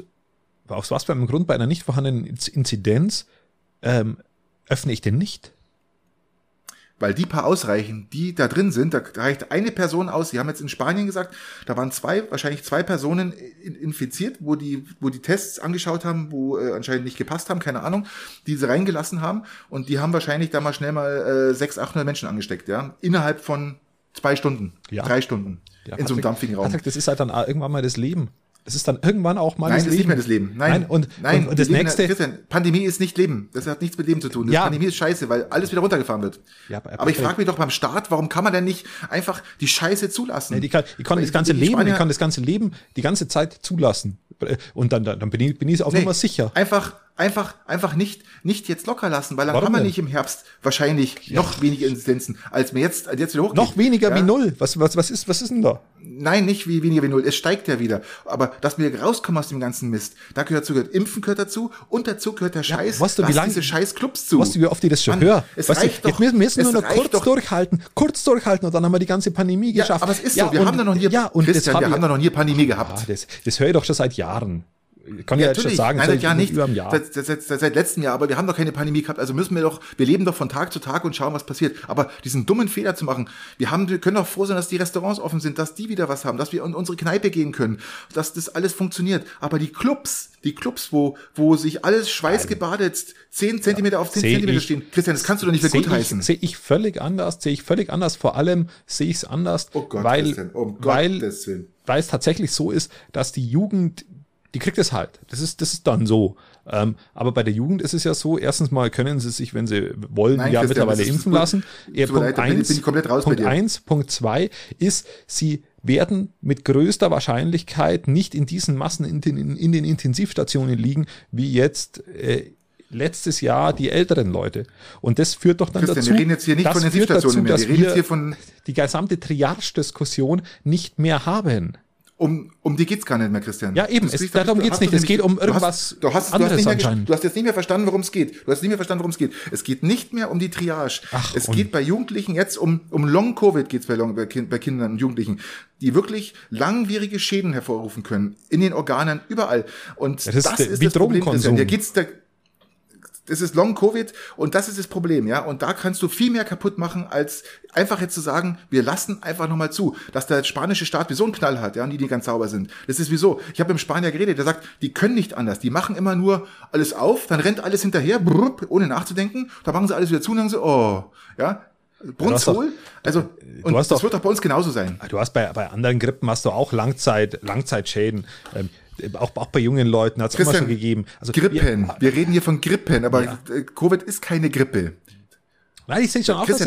bei einer nicht vorhandenen Inzidenz öffne ich denn nicht? Weil die paar ausreichen, die da drin sind, da reicht eine Person aus. Sie haben jetzt in Spanien gesagt, da waren wahrscheinlich zwei Personen infiziert, wo die Tests angeschaut haben, wo anscheinend nicht gepasst haben, keine Ahnung, die sie reingelassen haben. Und die haben wahrscheinlich da mal schnell mal 600-800 Menschen angesteckt, ja, innerhalb von 2 Stunden, 3 Stunden, ja, in so einem dampfigen Raum. Patrick, das ist halt dann irgendwann mal das Leben. Das ist dann irgendwann auch mal das Leben. Nein, das ist nicht mehr das Leben. Nein, und das nächste. Christian, Pandemie ist nicht Leben. Das hat nichts mit Leben zu tun. Ja. Pandemie ist scheiße, weil alles wieder runtergefahren wird. Ja, aber ich frage mich doch beim Staat, warum kann man denn nicht einfach die Scheiße zulassen? Ich kann das ganze Leben die ganze Zeit zulassen. Und dann bin ich auf Nummer sicher. Einfach nicht jetzt locker lassen, weil dann Warum haben wir denn? nicht im Herbst wahrscheinlich noch weniger Inzidenzen, als mir jetzt wieder hochgeht. Noch weniger wie 0. Was ist denn da? Nein, nicht weniger wie 0. Es steigt ja wieder. Aber dass wir rauskommen aus dem ganzen Mist, da gehört Impfen gehört dazu und dazu gehört der Scheiß, diese scheiß Clubs zu. Weißt du, wie oft ich das schon höre? Es reicht doch. Wir müssen nur noch kurz durchhalten und dann haben wir die ganze Pandemie geschafft. Aber es ist so, wir haben da noch nie Pandemie gehabt. Das höre ich doch schon seit Jahren. kann ja jetzt schon sagen, nein, seit Jahr nicht. Über einem Jahr. Seit letztem Jahr, aber wir haben doch keine Pandemie gehabt, also müssen wir leben doch von Tag zu Tag und schauen, was passiert. Aber diesen dummen Fehler zu machen, wir können doch froh sein, dass die Restaurants offen sind, dass die wieder was haben, dass wir in unsere Kneipe gehen können, dass das alles funktioniert. Aber die Clubs, wo sich alles schweißgebadet 10 Zentimeter auf 10 Zentimeter stehen, Christian, das kannst du doch nicht für gut heißen. Sehe ich völlig anders. Vor allem sehe ich es anders, oh Gott, weil Gottes Willen. Weil es tatsächlich so ist, dass die Jugend, die kriegt es halt. Das ist dann so. Aber bei der Jugend ist es ja so, erstens mal können sie sich, wenn sie wollen, Christian, mittlerweile impfen lassen. Punkt 1. Punkt 2 ist, sie werden mit größter Wahrscheinlichkeit nicht in diesen Massen in den Intensivstationen liegen, wie jetzt letztes Jahr die älteren Leute. Und das führt doch dann Christian, dazu, wir reden jetzt hier nicht von Intensivstationen mehr, wir reden jetzt hier von die gesamte Triage-Diskussion nicht mehr haben. Um die geht's gar nicht mehr, Christian. Ja, eben, darum geht's nicht. Es geht um irgendwas anderes anscheinend. Du hast jetzt nicht mehr verstanden, worum es geht. Es geht nicht mehr um die Triage. Es geht bei Jugendlichen jetzt um Long-Covid geht's bei Kindern und Jugendlichen, die wirklich langwierige Schäden hervorrufen können. In den Organen, überall. Und das ist das Problem, Christian. Das ist Long-Covid und das ist das Problem, ja. Und da kannst du viel mehr kaputt machen, als einfach jetzt zu sagen, wir lassen einfach nochmal zu, dass der spanische Staat wie so einen Knall hat, ja, und die ganz sauber sind. Das ist wieso. Ich habe mit dem Spanier geredet, der sagt, die können nicht anders. Die machen immer nur alles auf, dann rennt alles hinterher, ohne nachzudenken, dann machen sie alles wieder zu und sagen sie, Brunswohl. Also, und das wird doch bei uns genauso sein. Du hast bei anderen Grippen hast du auch Langzeitschäden. Auch bei jungen Leuten hat es immer schon gegeben. Also Grippen. Wir reden hier von Grippen, aber Covid ist keine Grippe. Nein, ich sehe schon auch, dass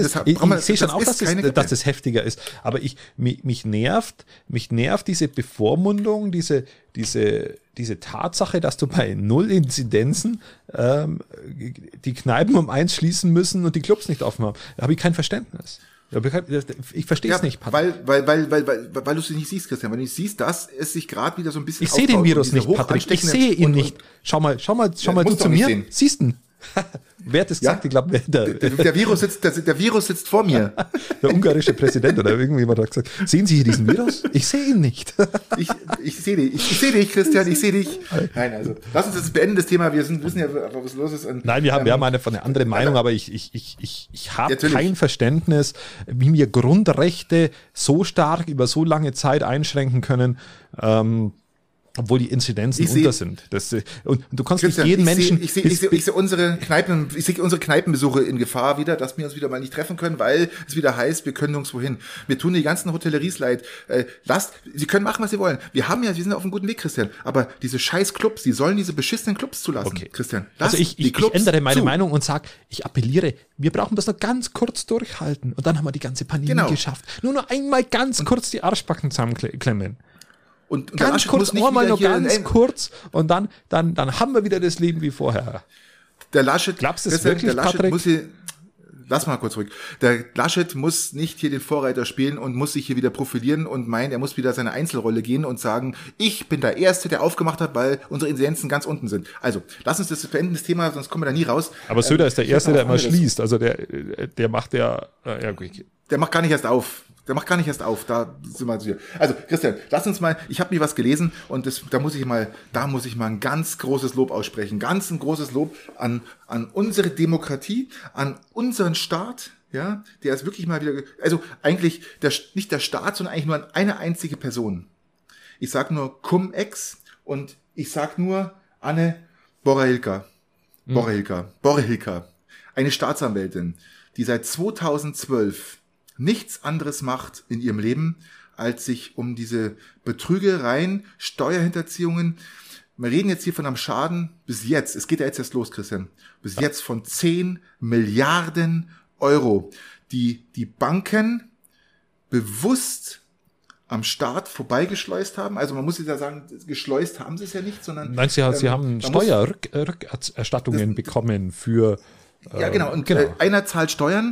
es heftiger ist. Aber mich nervt diese Bevormundung, diese Tatsache, dass du bei 0 Inzidenzen die Kneipen um 1 schließen müssen und die Clubs nicht offen haben. Da habe ich kein Verständnis. Ich verstehe es nicht, Patrick. Weil du es nicht siehst, Christian. Weil du nicht siehst, dass es sich gerade wieder so ein bisschen Ich sehe den Virus nicht, Patrick. Ich sehe ihn nicht. Schau mal du zu mir. Sehen. Siehst du ihn? Wer hat das gesagt? Ich glaube, der Virus sitzt vor mir. Der ungarische Präsident oder irgendjemand hat gesagt, sehen Sie hier diesen Virus? Ich sehe ihn nicht. Ich sehe dich. Ich sehe dich, Christian. Ich sehe dich. Nein, also lass uns das beenden, das Thema. Wir wissen ja, was los ist. Nein, wir haben eine andere Meinung, aber ich habe kein Verständnis, wie wir Grundrechte so stark über so lange Zeit einschränken können, obwohl die Inzidenzen unter sind. Und du kannst nicht jeden Menschen... Ich sehe unsere Kneipenbesuche in Gefahr wieder, dass wir uns wieder mal nicht treffen können, weil es wieder heißt, wir können nirgendwo hin. Wir tun die ganzen Hotelleries leid. Sie können machen, was sie wollen. Wir sind auf einem guten Weg, Christian. Aber diese scheiß Clubs, die sollen diese beschissenen Clubs zulassen, okay. Christian. Also ich ändere meine Meinung und sage, ich appelliere, wir brauchen das noch ganz kurz durchhalten. Und dann haben wir die ganze Pandemie geschafft. Nur noch einmal ganz kurz die Arschbacken zusammenklemmen. Und ganz kurz, kurz und dann haben wir wieder das Leben wie vorher. Der Laschet, glaubst du es wirklich, Patrick? Lass mal kurz zurück. Der Laschet muss nicht hier den Vorreiter spielen und muss sich hier wieder profilieren und meinen, er muss wieder seine Einzelrolle gehen und sagen, ich bin der Erste, der aufgemacht hat, weil unsere Inzidenzen ganz unten sind. Also, lass uns das beenden, das Thema, sonst kommen wir da nie raus. Aber Söder ist der Erste, der immer schließt. Also der macht Der macht gar nicht erst auf. Da sind wir hier. Also, Christian, lass uns mal, ich habe mir was gelesen und da muss ich mal ein ganz großes Lob aussprechen. Ganz ein großes Lob an unsere Demokratie, an unseren Staat, ja, der ist wirklich mal wieder, also eigentlich nicht der Staat, sondern eigentlich nur an eine einzige Person. Ich sag nur Cum-Ex und ich sag nur Anne Borrehilka. Borrehilka. Eine Staatsanwältin, die seit 2012 nichts anderes macht in ihrem Leben, als sich um diese Betrügereien, Steuerhinterziehungen, wir reden jetzt hier von einem Schaden bis jetzt, es geht ja jetzt erst los, Christian, bis jetzt von 10 Milliarden Euro, die Banken bewusst am Staat vorbeigeschleust haben. Also man muss jetzt ja sagen, geschleust haben sie es ja nicht, sondern... Nein, sie haben Steuerrückerstattungen bekommen für... Ja, genau. Und einer zahlt Steuern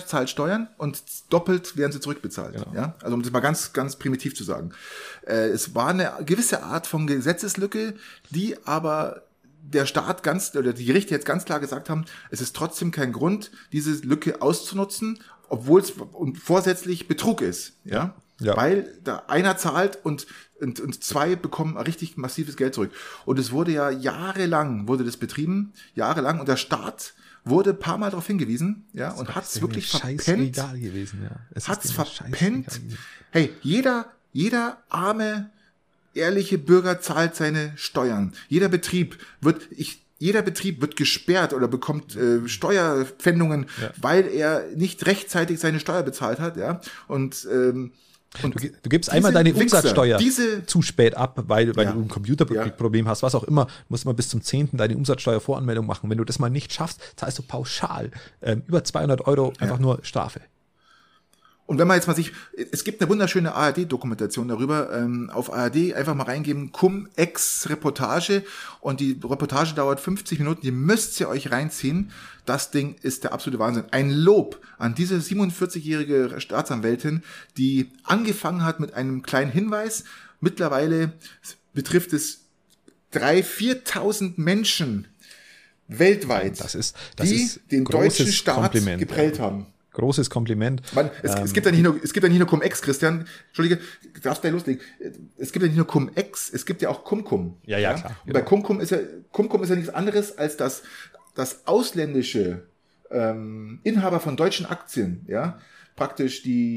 und doppelt werden sie zurückbezahlt. Genau. Ja, also um das mal ganz, ganz primitiv zu sagen. Es war eine gewisse Art von Gesetzeslücke, die aber der Staat die Gerichte jetzt ganz klar gesagt haben, es ist trotzdem kein Grund, diese Lücke auszunutzen, obwohl es vorsätzlich Betrug ist. Ja. Ja. Weil da einer zahlt und zwei bekommen richtig massives Geld zurück. Und es wurde ja jahrelang, wurde das betrieben, jahrelang, und der Staat wurde ein paar Mal darauf hingewiesen, ja, und hat es wirklich verpennt. Gewesen, ja. Hat's verpennt. Hey, jeder arme, ehrliche Bürger zahlt seine Steuern. Jeder Betrieb wird gesperrt oder bekommt Steuerpfändungen, weil er nicht rechtzeitig seine Steuer bezahlt hat, ja. Und du gibst einmal deine Umsatzsteuer zu spät ab, weil du ein Computerproblem hast, was auch immer, musst du mal bis zum 10. deine Umsatzsteuervoranmeldung machen. Wenn du das mal nicht schaffst, zahlst du pauschal über 200 € einfach nur Strafe. Und wenn man jetzt mal es gibt eine wunderschöne ARD-Dokumentation darüber, auf ARD einfach mal reingeben, Cum-Ex-Reportage, und die Reportage dauert 50 Minuten, die müsst ihr euch reinziehen. Das Ding ist der absolute Wahnsinn. Ein Lob an diese 47-jährige Staatsanwältin, die angefangen hat mit einem kleinen Hinweis. Mittlerweile betrifft es 3.000, 4.000 Menschen weltweit, die den deutschen Staat geprellt haben. Großes Kompliment. Es gibt ja nicht nur Cum-Ex, Christian. Entschuldige, darfst gleich loslegen. Es gibt ja nicht nur Cum-Ex, es gibt ja auch Cum-Cum. Ja, klar. Und bei Cum-Cum ist ja nichts anderes als das ausländische Inhaber von deutschen Aktien, ja, praktisch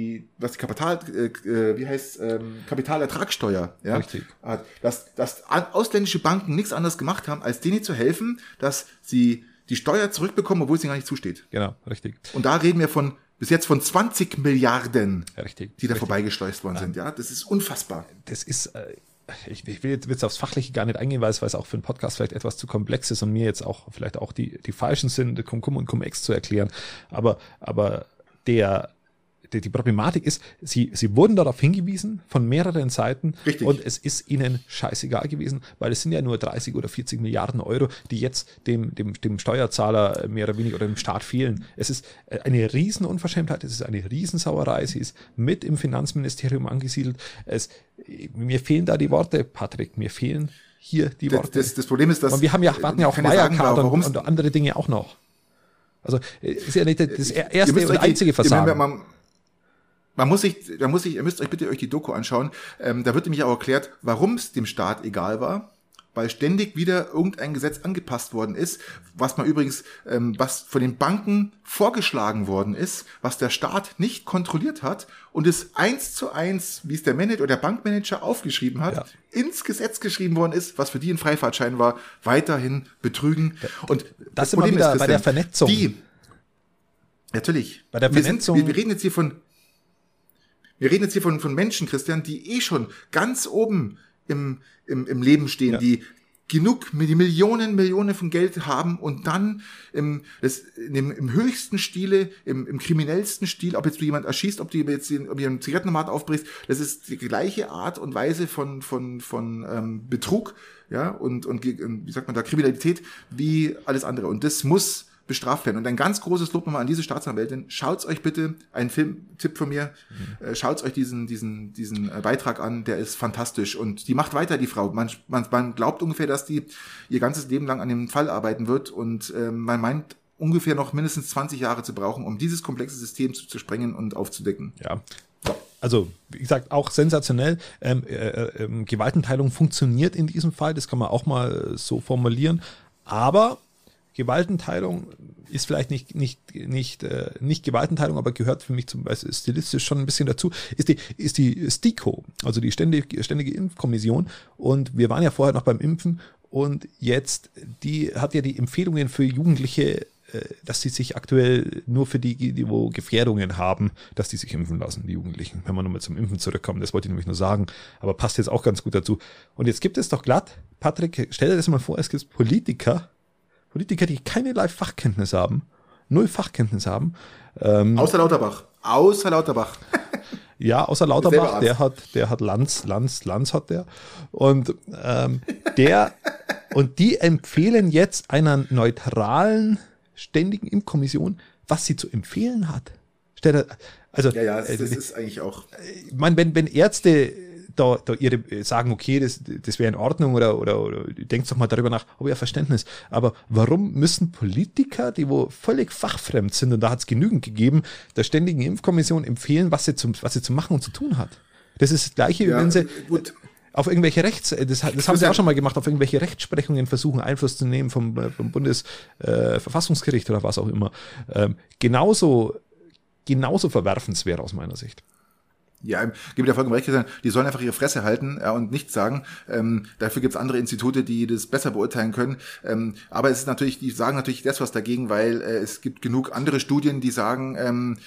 Kapitalertragssteuer, ja, richtig, dass ausländische Banken nichts anderes gemacht haben, als denen zu helfen, dass sie die Steuer zurückbekommen, obwohl es ihnen gar nicht zusteht. Genau, richtig. Und da reden wir bis jetzt von 20 Milliarden, die da vorbeigeschleust worden sind. Ja, das ist unfassbar. Das ist, ich will jetzt aufs Fachliche gar nicht eingehen, weil es auch für einen Podcast vielleicht etwas zu komplex ist und mir jetzt auch vielleicht auch die falschen sind, Cum-Cum und Cum-Ex zu erklären. Aber die Problematik ist, sie wurden darauf hingewiesen von mehreren Seiten. Richtig. Und es ist ihnen scheißegal gewesen, weil es sind ja nur 30 oder 40 Milliarden Euro, die jetzt dem Steuerzahler mehr oder weniger oder dem Staat fehlen. Es ist eine Riesenunverschämtheit, es ist eine Riesensauerei, sie ist mit im Finanzministerium angesiedelt. Mir fehlen da die Worte, Patrick, mir fehlen hier die Worte. Das Problem ist, dass... Und wir warten ja auf Wirecard und andere Dinge auch noch. Also ist ja nicht das erste und einzige Versagen. Ihr müsst euch bitte die Doku anschauen. Da wird nämlich auch erklärt, warum es dem Staat egal war, weil ständig wieder irgendein Gesetz angepasst worden ist, was man übrigens, was von den Banken vorgeschlagen worden ist, was der Staat nicht kontrolliert hat und es 1:1, wie es der Manager oder der Bankmanager aufgeschrieben hat, ins Gesetz geschrieben worden ist, was für die ein Freifahrtschein war, weiterhin betrügen. Und das immer wieder bei der Vernetzung. Natürlich. Bei der Vernetzung. Wir reden jetzt hier von Menschen, Christian, die schon ganz oben im Leben stehen, die genug, die Millionen von Geld haben und dann im höchsten Stile, im kriminellsten Stil, ob jetzt du jemand erschießt, ob ihr einen Zigarettenautomat aufbrichst, das ist die gleiche Art und Weise von Betrug, ja, und wie sagt man da, Kriminalität, wie alles andere. Und das muss bestraft werden. Und ein ganz großes Lob nochmal an diese Staatsanwältin. Schaut's euch bitte, ein Filmtipp von mir, schaut's euch diesen Beitrag an, der ist fantastisch. Und die macht weiter, die Frau. Man glaubt ungefähr, dass die ihr ganzes Leben lang an dem Fall arbeiten wird und man meint, ungefähr noch mindestens 20 Jahre zu brauchen, um dieses komplexe System zu sprengen und aufzudecken. Ja. Also, wie gesagt, auch sensationell. Gewaltenteilung funktioniert in diesem Fall, das kann man auch mal so formulieren. Aber Gewaltenteilung ist vielleicht nicht Gewaltenteilung, aber gehört für mich zum Beispiel stilistisch schon ein bisschen dazu, ist die STIKO, also die Ständige Impfkommission. Und wir waren ja vorher noch beim Impfen und jetzt, die hat ja die Empfehlungen für Jugendliche, dass sie sich aktuell nur für die wo Gefährdungen haben, dass die sich impfen lassen, die Jugendlichen. Wenn wir nochmal zum Impfen zurückkommen, das wollte ich nämlich nur sagen, aber passt jetzt auch ganz gut dazu. Und jetzt gibt es doch glatt, Patrick, stell dir das mal vor, es gibt Politiker, die keinerlei Fachkenntnis haben, 0 Fachkenntnis haben. Außer Lauterbach. Ja, außer Lauterbach, der hat Lanz hat der. Und die empfehlen jetzt einer neutralen ständigen Impfkommission, was sie zu empfehlen hat. Das ist eigentlich auch. Ich meine, wenn Ärzte da ihre sagen, okay, das wäre in Ordnung oder denkt doch mal darüber nach, ob ihr Verständnis. Aber warum müssen Politiker, die wo völlig fachfremd sind, und da hat es genügend gegeben, der Ständigen Impfkommission empfehlen, was sie zu machen und zu tun hat? Das ist das Gleiche, Ja, wenn sie gut. auf irgendwelche das haben sie auch schon mal gemacht, auf irgendwelche Rechtsprechungen versuchen, Einfluss zu nehmen vom Bundesverfassungsgericht oder was auch immer. Genauso verwerfenswert aus meiner Sicht. Ja, gebe dir vollkommen recht, die sollen einfach ihre Fresse halten, ja, und nichts sagen. Dafür gibt's andere Institute, die das besser beurteilen können. Aber es ist natürlich, die sagen natürlich das was dagegen, weil es gibt genug andere Studien, die sagen,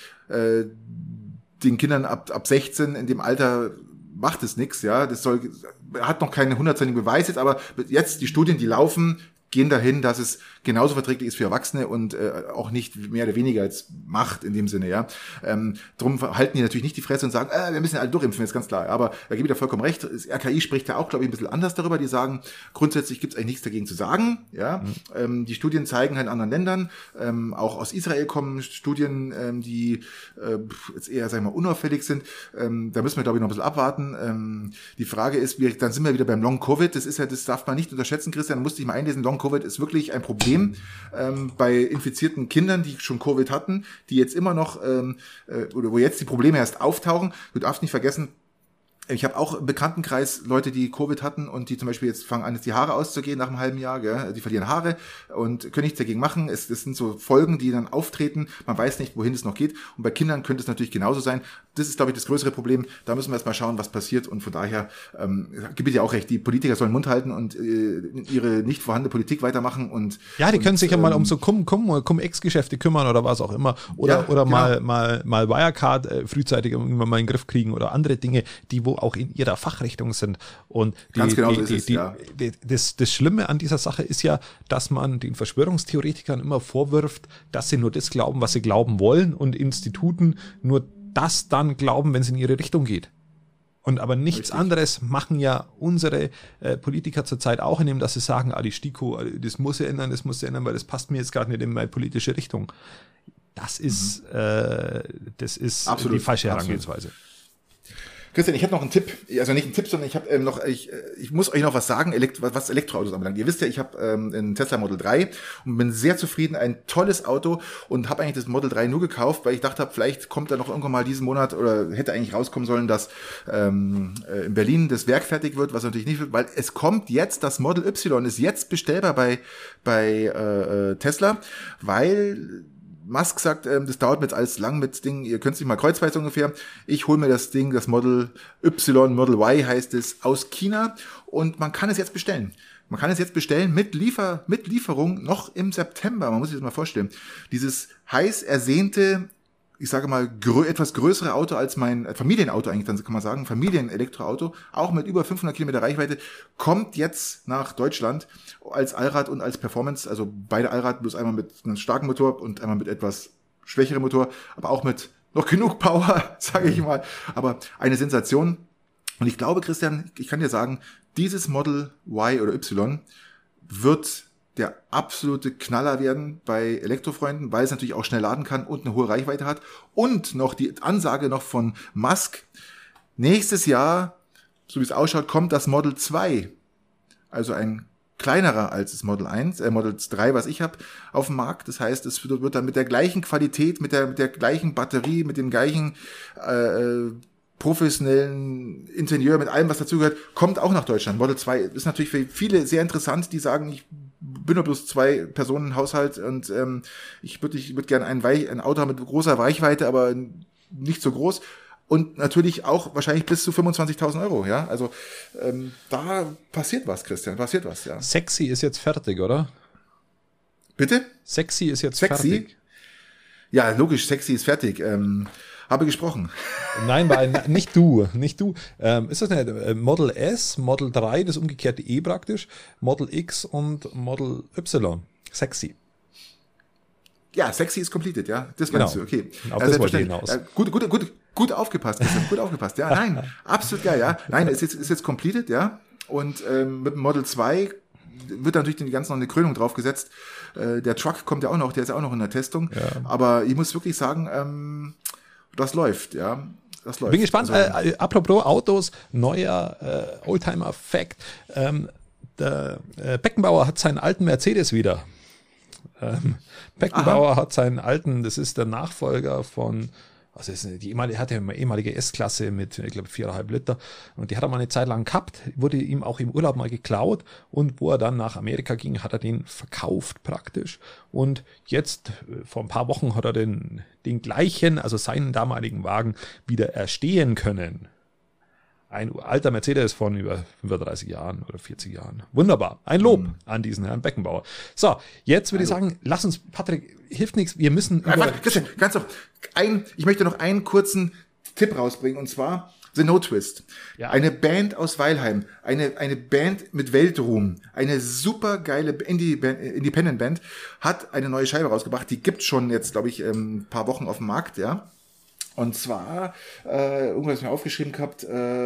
den Kindern ab 16 in dem Alter macht es nichts, ja. Hat noch keinen 100%igen Beweis jetzt, aber jetzt die Studien, die laufen, gehen dahin, dass es genauso verträglich ist für Erwachsene und auch nicht mehr oder weniger als Macht in dem Sinne, ja. Drum halten die natürlich nicht die Fresse und sagen, wir müssen ja alle durchimpfen, ist ganz klar. Aber da gebe ich dir vollkommen recht. Das RKI spricht ja auch, glaube ich, ein bisschen anders darüber. Die sagen, grundsätzlich gibt es eigentlich nichts dagegen zu sagen, ja. Die Studien zeigen halt in anderen Ländern, auch aus Israel kommen Studien, die jetzt eher, sagen wir mal, unauffällig sind. Da müssen wir, glaube ich, noch ein bisschen abwarten. Die Frage ist, dann sind wir wieder beim Long-Covid. Das darf man nicht unterschätzen, Christian. Da musste ich mal einlesen, Long-Covid ist wirklich ein Problem bei infizierten Kindern, die schon Covid hatten, die jetzt immer noch, oder wo jetzt die Probleme erst auftauchen. Du darfst nicht vergessen, ich habe auch im Bekanntenkreis Leute, die Covid hatten und die zum Beispiel jetzt fangen an, jetzt die Haare auszugehen nach einem halben Jahr, gell? Die verlieren Haare und können nichts dagegen machen. Das sind so Folgen, die dann auftreten. Man weiß nicht, wohin es noch geht. Und bei Kindern könnte es natürlich genauso sein. Das ist, glaube ich, das größere Problem. Da müssen wir erst mal schauen, was passiert. Und von daher gebe ich dir auch recht. Die Politiker sollen Mund halten und ihre nicht vorhandene Politik weitermachen. Ja, die können sich ja mal um so Cum-Ex-Geschäfte kümmern oder was auch immer. Oder genau. mal Wirecard frühzeitig irgendwann mal in den Griff kriegen oder andere Dinge, die wo auch in ihrer Fachrichtung sind. Und Ganz genau so ist es. Das Schlimme an dieser Sache ist ja, dass man den Verschwörungstheoretikern immer vorwirft, dass sie nur das glauben, was sie glauben wollen und Instituten nur das dann glauben, wenn es in ihre Richtung geht. Und aber nichts anderes machen ja unsere Politiker zurzeit auch, indem dass sie sagen, die STIKO, das muss sie ändern, weil das passt mir jetzt gerade nicht in meine politische Richtung. Das ist absolut die falsche Herangehensweise. Christian, ich habe noch einen Tipp, also nicht einen Tipp, sondern ich muss euch noch was sagen, was Elektroautos anbelangt. Ihr wisst ja, ich habe einen Tesla Model 3 und bin sehr zufrieden, ein tolles Auto und habe eigentlich das Model 3 nur gekauft, weil ich dachte, vielleicht kommt da noch irgendwann mal diesen Monat oder hätte eigentlich rauskommen sollen, dass in Berlin das Werk fertig wird, was natürlich nicht wird, weil es kommt jetzt, das Model Y ist jetzt bestellbar bei Tesla, weil Musk sagt, das dauert mir jetzt alles lang mit Ding, ihr könnt es nicht mal kreuzweise ungefähr. Ich hole mir das Ding, das Model Y, Model Y heißt es, aus China und man kann es jetzt bestellen. Man kann es jetzt bestellen mit Lieferung noch im September. Man muss sich das mal vorstellen. Dieses heiß ersehnte, ich sage mal, etwas größere Auto als mein Familienauto eigentlich, dann kann man sagen, Familienelektroauto, auch mit über 500 Kilometer Reichweite, kommt jetzt nach Deutschland als Allrad und als Performance, also beide Allrad, bloß einmal mit einem starken Motor und einmal mit etwas schwächerem Motor, aber auch mit noch genug Power, sage ich mal, aber eine Sensation. Und ich glaube, Christian, ich kann dir sagen, dieses Model Y oder Y wird der absolute Knaller werden bei Elektrofreunden, weil es natürlich auch schnell laden kann und eine hohe Reichweite hat. Und noch die Ansage noch von Musk, nächstes Jahr, so wie es ausschaut, kommt das Model 2, also ein kleinerer als das Model 3, was ich habe, auf dem Markt. Das heißt, es wird dann mit der gleichen Qualität, mit der gleichen Batterie, mit dem gleichen professionellen Ingenieur, mit allem, was dazugehört, kommt auch nach Deutschland. Model 2 ist natürlich für viele sehr interessant, die sagen, ich bin nur bloß 2 Personen Haushalt und ich würd gerne ein Auto haben mit großer Reichweite, aber nicht so groß. Und natürlich auch wahrscheinlich bis zu 25.000 Euro, ja. Also da passiert was, Christian, passiert was, ja. Sexy ist jetzt fertig, oder? Bitte? Sexy ist jetzt fertig. Ja, logisch, Sexy ist fertig. Habe gesprochen. Nein, nicht du. Ist das nicht Model S, Model 3, das umgekehrte E praktisch, Model X und Model Y? Sexy. Ja, Sexy ist completed, ja. Das meinst du, okay. Auf das wollte ich hinaus. Gut aufgepasst, Christian, gut aufgepasst. Ja, nein, absolut geil, ja. Nein, ist jetzt completed, ja. Und mit dem Model 2 wird natürlich die ganze noch eine Krönung draufgesetzt. Der Truck kommt ja auch noch, der ist ja auch noch in der Testung. Ja. Aber ich muss wirklich sagen, das läuft, ja. Das läuft. Bin gespannt. Also, apropos Autos, neuer Oldtimer-Fact. Der Beckenbauer hat seinen alten Mercedes wieder. Beckenbauer hat seinen alten, das ist der Nachfolger von Also hatte eine ehemalige S-Klasse mit, ich glaube, 4,5 Liter. Und die hat er mal eine Zeit lang gehabt, wurde ihm auch im Urlaub mal geklaut. Und wo er dann nach Amerika ging, hat er den verkauft praktisch. Und jetzt, vor ein paar Wochen, hat er den gleichen, also seinen damaligen Wagen, wieder erstehen können. Ein alter Mercedes von über 30 Jahren oder 40 Jahren. Wunderbar. Ein Lob an diesen Herrn Beckenbauer. So, jetzt würde ich sagen, lass uns, Patrick, hilft nichts, wir müssen Christian, ich möchte noch einen kurzen Tipp rausbringen, und zwar The No Twist. Ja. Eine Band aus Weilheim, eine Band mit Weltruhm, eine super geile Independent Band, hat eine neue Scheibe rausgebracht, die gibt schon jetzt, glaube ich, ein paar Wochen auf dem Markt, ja. Und zwar, irgendwas mir aufgeschrieben gehabt,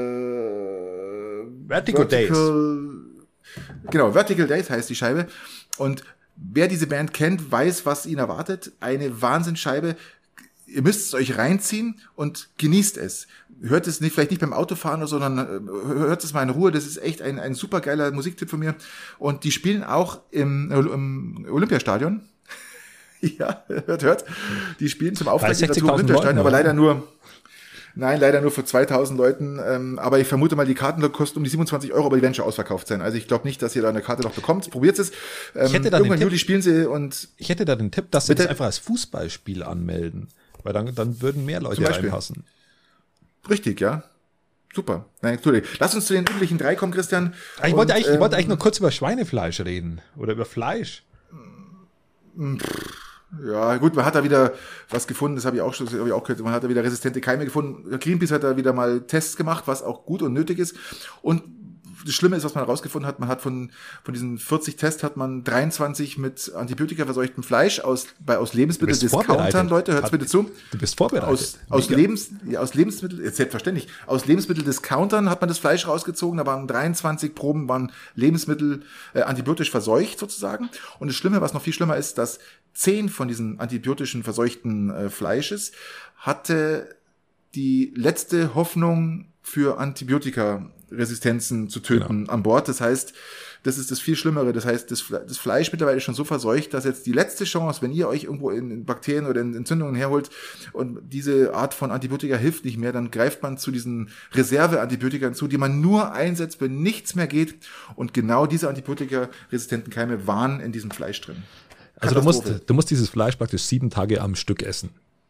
Vertical Days. Genau, Vertical Days heißt die Scheibe. Und wer diese Band kennt, weiß, was ihn erwartet. Eine Wahnsinnsscheibe. Ihr müsst es euch reinziehen und genießt es. Hört es nicht, vielleicht nicht beim Autofahren, sondern hört es mal in Ruhe. Das ist echt ein super geiler Musiktipp von mir. Und die spielen auch im Olympiastadion. Ja, hört. Die spielen zum Auftakt in der Olympiastadion, aber leider nur für 2000 Leuten. Aber ich vermute mal, die Karten kosten um die 27 €, aber die werden schon ausverkauft sein. Also ich glaube nicht, dass ihr da eine Karte noch bekommt. Probiert es. Irgendwann im Juli spielen sie und... Ich hätte da den Tipp, dass sie das einfach als Fußballspiel anmelden. Weil dann würden mehr Leute reinpassen. Richtig, ja. Super. Nein, natürlich. Lass uns zu den üblichen 3 kommen, Christian. Ich wollte eigentlich nur kurz über Schweinefleisch reden. Oder über Fleisch. Ja, gut, man hat da wieder was gefunden, das habe ich auch gehört, man hat da wieder resistente Keime gefunden. Greenpeace hat da wieder mal Tests gemacht, was auch gut und nötig ist. Und das Schlimme ist, was man herausgefunden hat, man hat von diesen 40 Tests hat man 23 mit Antibiotika verseuchtem Fleisch aus Lebensmitteldiscountern, Leute, hört's bitte zu. Du bist vorbereitet. Aus Lebensmittel, selbstverständlich, aus Lebensmitteldiscountern hat man das Fleisch rausgezogen, da waren 23 Proben, waren Lebensmittel antibiotisch verseucht sozusagen. Und das Schlimme, was noch viel schlimmer ist, dass 10 von diesen antibiotischen verseuchten Fleisches hatte die letzte Hoffnung für Antibiotika-Resistenzen zu töten an Bord. Das heißt, das ist das viel Schlimmere. Das heißt, das Fleisch mittlerweile ist schon so verseucht, dass jetzt die letzte Chance, wenn ihr euch irgendwo in Bakterien oder in Entzündungen herholt und diese Art von Antibiotika hilft nicht mehr, dann greift man zu diesen Reserveantibiotika zu, die man nur einsetzt, wenn nichts mehr geht. Und genau diese Antibiotika-resistenten Keime waren in diesem Fleisch drin. Also du musst dieses Fleisch praktisch 7 Tage am Stück essen.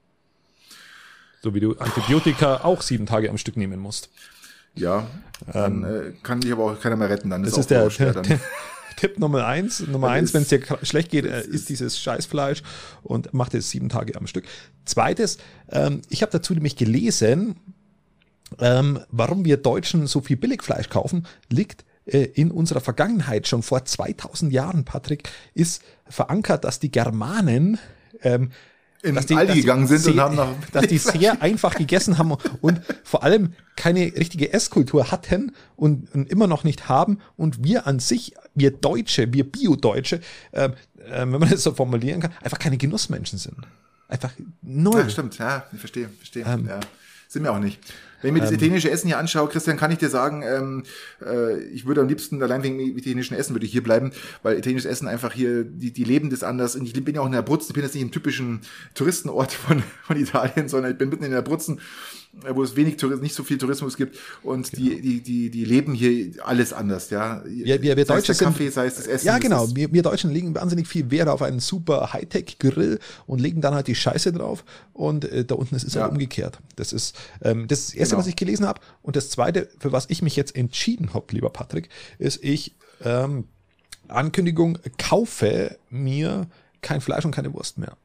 So wie du Antibiotika auch 7 Tage am Stück nehmen musst. Ja, dann kann dich aber auch keiner mehr retten. Dann das ist der Tipp Nummer 1. Nummer 1, wenn es dir schlecht geht, isst dieses Scheißfleisch und macht es 7 Tage am Stück. Zweites, ich habe dazu nämlich gelesen, warum wir Deutschen so viel Billigfleisch kaufen, liegt in unserer Vergangenheit. Schon vor 2000 Jahren, Patrick, ist verankert, dass die Germanen Aldi gegangen sind und haben dass die sehr einfach gegessen haben und vor allem keine richtige Esskultur hatten und immer noch nicht haben und wir an sich, wir Bio-Deutsche, wenn man das so formulieren kann, einfach keine Genussmenschen sind. Einfach null. Ja, stimmt, ja, ich verstehe. Ja. Sind wir auch nicht. Wenn ich mir das italienische Essen hier anschaue, Christian, kann ich dir sagen, ich würde am liebsten, allein wegen italienischen Essen würde ich hier bleiben, weil italienisches Essen einfach hier, die leben das anders. Und ich bin ja auch in der Abruzzen, ich bin jetzt nicht im typischen Touristenort von Italien, sondern ich bin mitten in der Abruzzen, wo es nicht so viel Tourismus gibt. Und die leben hier alles anders, ja. Wir Deutsche sind, Kaffee, sei es das Essen. Ja, genau. Wir Deutschen legen wahnsinnig viel Wert auf einen super Hightech-Grill und legen dann halt die Scheiße drauf. Und da unten ist es halt umgekehrt. Das ist das Erste, was ich gelesen habe. Und das Zweite, für was ich mich jetzt entschieden habe, lieber Patrick, ist Ankündigung, kaufe mir kein Fleisch und keine Wurst mehr.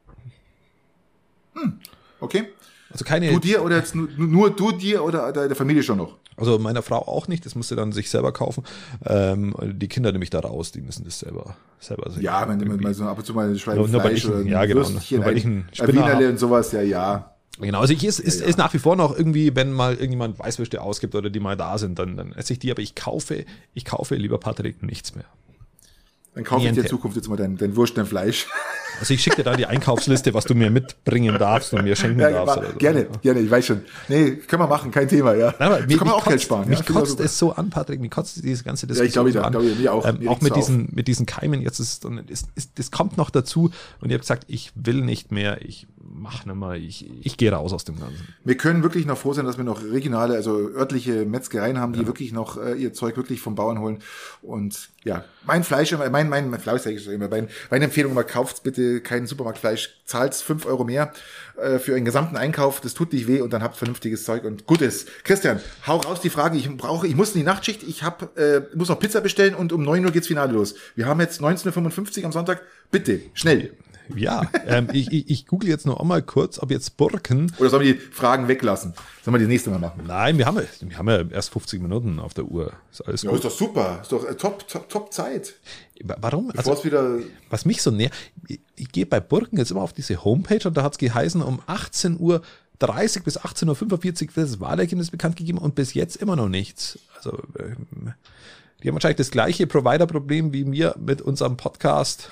Okay. Also keine. Du dir oder jetzt nur du dir oder der Familie schon noch? Also meiner Frau auch nicht, das musste dann sich selber kaufen. Die Kinder nehme ich da raus, die müssen das selber sehen. Ja, wenn man so ab und zu mal Schweinefleisch oder Würstchen, weil ich ein Spinner und sowas, ja. Genau, also ist nach wie vor noch irgendwie, wenn mal irgendjemand Weißwürste ausgibt oder die mal da sind, dann esse ich die, aber ich kaufe, lieber Patrick, nichts mehr. Dann kaufe ich dir in Zukunft jetzt mal dein Wurst, dein Fleisch. Also ich schicke dir da die Einkaufsliste, was du mir mitbringen darfst und mir schenken darfst. Oder so. Gerne, ich weiß schon. Nee, können wir machen, kein Thema, ja. Nein, aber kann man auch Geld sparen. Mich kotzt es so an, Patrick, mich kotzt diese ganze Diskussion an. Ja, ich glaube auch. Auch mit diesen Keimen, jetzt das kommt noch dazu und ich habe gesagt, ich will nicht mehr, ich mach nicht mal, ich gehe raus aus dem Ganzen. Wir können wirklich noch froh sein, dass wir noch regionale, also örtliche Metzgereien haben, die wirklich noch ihr Zeug wirklich vom Bauern holen. Und ja, mein Fleisch, mein Fleisch sage ich immer, meine Empfehlung immer, kauft bitte kein Supermarktfleisch, zahlt 5 Euro mehr für einen gesamten Einkauf, das tut nicht weh und dann habt vernünftiges Zeug und Gutes. Christian, hau raus die Frage, ich muss in die Nachtschicht, ich muss noch Pizza bestellen und um 9 Uhr geht's Finale los. Wir haben jetzt 19:55 am Sonntag, bitte, schnell. Ja, ich google jetzt noch einmal kurz, ob jetzt Burken... Oder sollen wir die Fragen weglassen? Sollen wir die nächste Mal machen? Nein, wir haben ja erst 50 Minuten auf der Uhr. Ist alles ja, gut. ist doch super. Ist doch top Zeit. Warum? Also, wieder was mich so nervt, ich gehe bei Burken jetzt immer auf diese Homepage und da hat es geheißen, um 18:30 Uhr bis 18:45 Uhr wird das Wahlergebnis bekannt gegeben und bis jetzt immer noch nichts. Also, die haben wahrscheinlich das gleiche Provider-Problem wie wir mit unserem Podcast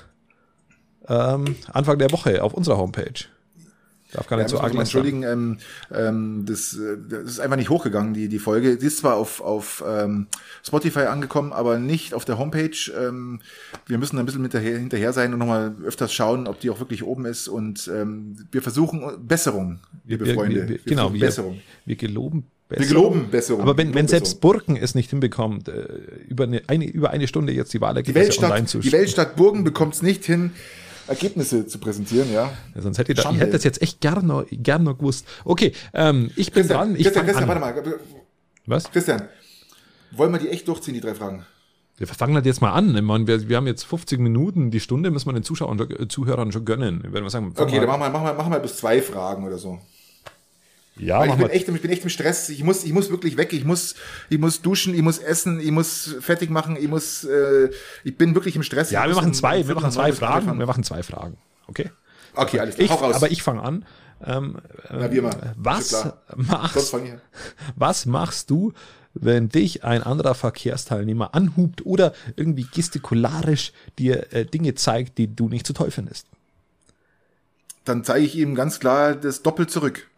Anfang der Woche auf unserer Homepage. Darf gar nicht so arg entschuldigen, das ist einfach nicht hochgegangen, die Folge. Die ist zwar auf Spotify angekommen, aber nicht auf der Homepage. Wir müssen ein bisschen hinterher sein und nochmal öfters schauen, ob die auch wirklich oben ist. Und wir versuchen Besserung, liebe Freunde. Besserung. Wir geloben Besserung. Wir geloben Besserung. Aber wenn selbst Burgen es nicht hinbekommt, über eine Stunde jetzt die Wahlergebnisse online zu Die Weltstadt Burgen bekommt es nicht hin, Ergebnisse zu präsentieren, ja. Sonst hätte ich das jetzt echt gern noch gewusst. Okay, ich bin dran. Christian, warte mal. Was? Christian, wollen wir die echt durchziehen, die 3 Fragen? Wir fangen das jetzt mal an. Ich meine, wir haben jetzt 50 Minuten, die Stunde müssen wir den Zuhörern schon gönnen. Wenn wir sagen, okay, dann machen wir bis 2 Fragen oder so. Ja, ich bin echt im Stress. Ich muss wirklich weg. Ich muss duschen, ich muss essen, ich muss fertig machen, ich bin wirklich im Stress. Ja, wir machen zwei Fragen. Wir machen 2 Fragen. Okay? Okay, alles klar. Hau raus. Aber ich fange an. Na, wie immer. Was machst du, wenn dich ein anderer Verkehrsteilnehmer anhupt oder irgendwie gestikularisch dir Dinge zeigt, die du nicht so toll findest? Dann zeige ich ihm ganz klar das doppelt zurück.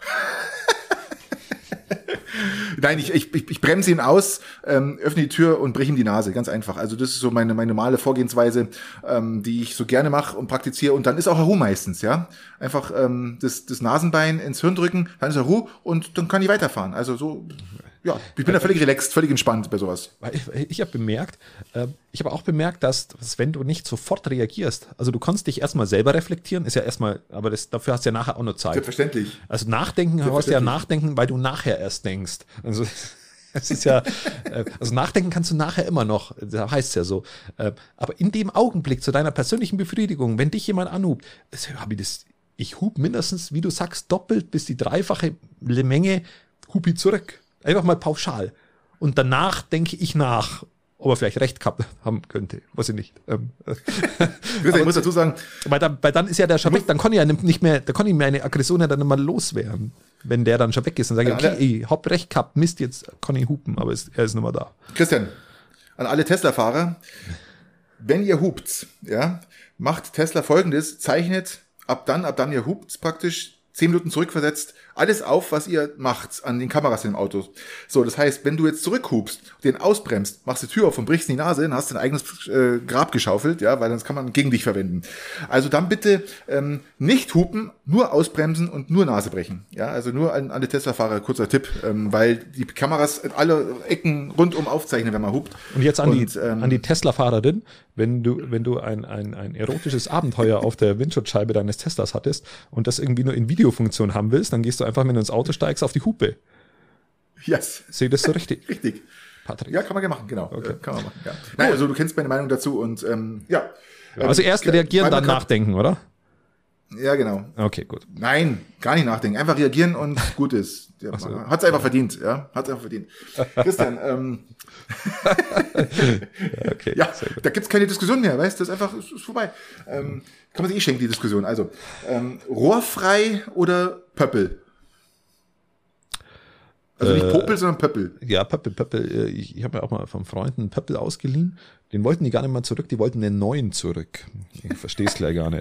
Nein, ich bremse ihn aus, öffne die Tür und breche ihm die Nase, ganz einfach. Also das ist so meine normale Vorgehensweise, die ich so gerne mache und praktiziere. Und dann ist auch Ruhe meistens, ja. Einfach das Nasenbein ins Hirn drücken, dann ist Ruhe und dann kann ich weiterfahren. Also so, ja, ich bin da völlig relaxed, völlig entspannt bei sowas. Ich habe auch bemerkt, dass wenn du nicht sofort reagierst, also du kannst dich erstmal selber reflektieren, ist ja erstmal, aber dafür hast du ja nachher auch noch Zeit. Selbstverständlich. Also nachdenken, hast du ja nachdenken, weil du nachher erst denkst. Also es ist ja, also nachdenken kannst du nachher immer noch, da heißt es ja so. Aber in dem Augenblick zu deiner persönlichen Befriedigung, wenn dich jemand anhupt, ich hub mindestens, wie du sagst, doppelt bis die 3-fache Menge, hub ich zurück. Einfach mal pauschal. Und danach denke ich nach, ob er vielleicht recht gehabt haben könnte. Weiß ich nicht. Ich muss dazu sagen, weil dann ist ja der schon weg, dann kann ich ja nicht mehr, da kann ich meine Aggression ja dann nicht mal loswerden. Wenn der dann schon weg ist und sage, okay, ich hab recht gehabt, Mist, jetzt kann ich hupen, aber er ist nicht mehr da. Christian, an alle Tesla-Fahrer, wenn ihr hupt, ja, macht Tesla Folgendes, zeichnet ab dann ihr hupt praktisch 10 Minuten zurückversetzt, alles auf, was ihr macht an den Kameras im Auto. So, das heißt, wenn du jetzt zurückhupst, den ausbremst, machst die Tür auf und brichst in die Nase, dann hast du dein eigenes Grab geschaufelt, ja, weil das kann man gegen dich verwenden. Also dann bitte nicht hupen, nur ausbremsen und nur Nase brechen. Ja, also nur an alle Tesla-Fahrer, kurzer Tipp, weil die Kameras in alle Ecken rundum aufzeichnen, wenn man hupt. Und jetzt an die Tesla-Fahrerin, wenn du ein erotisches Abenteuer auf der Windschutzscheibe deines Teslas hattest und das irgendwie nur in Videofunktion haben willst, dann gehst du einfach, wenn du ins Auto steigst, auf die Hupe. Yes. Sehe das so richtig? Richtig. Patrick. Ja, kann man gerne machen, genau. Okay. Kann man machen, ja. Nein, also du kennst meine Meinung dazu und ja. Also erst reagieren, dann nachdenken, oder? Ja, genau. Okay, gut. Nein, gar nicht nachdenken. Einfach reagieren und gut ist. Ja, hat's einfach verdient, ja. Hat's einfach verdient. Christian, okay, ja, da gibt's keine Diskussion mehr, weißt du? Das ist einfach, ist vorbei. Kann man sich schenken, die Diskussion. Also, rohrfrei oder Pöppel? Also nicht Popel, sondern Pöppel. Ja, Pöppel. Ich habe mir auch mal vom Freund einen Pöppel ausgeliehen. Den wollten die gar nicht mal zurück, die wollten den neuen zurück. Ich verstehe es gleich gar nicht.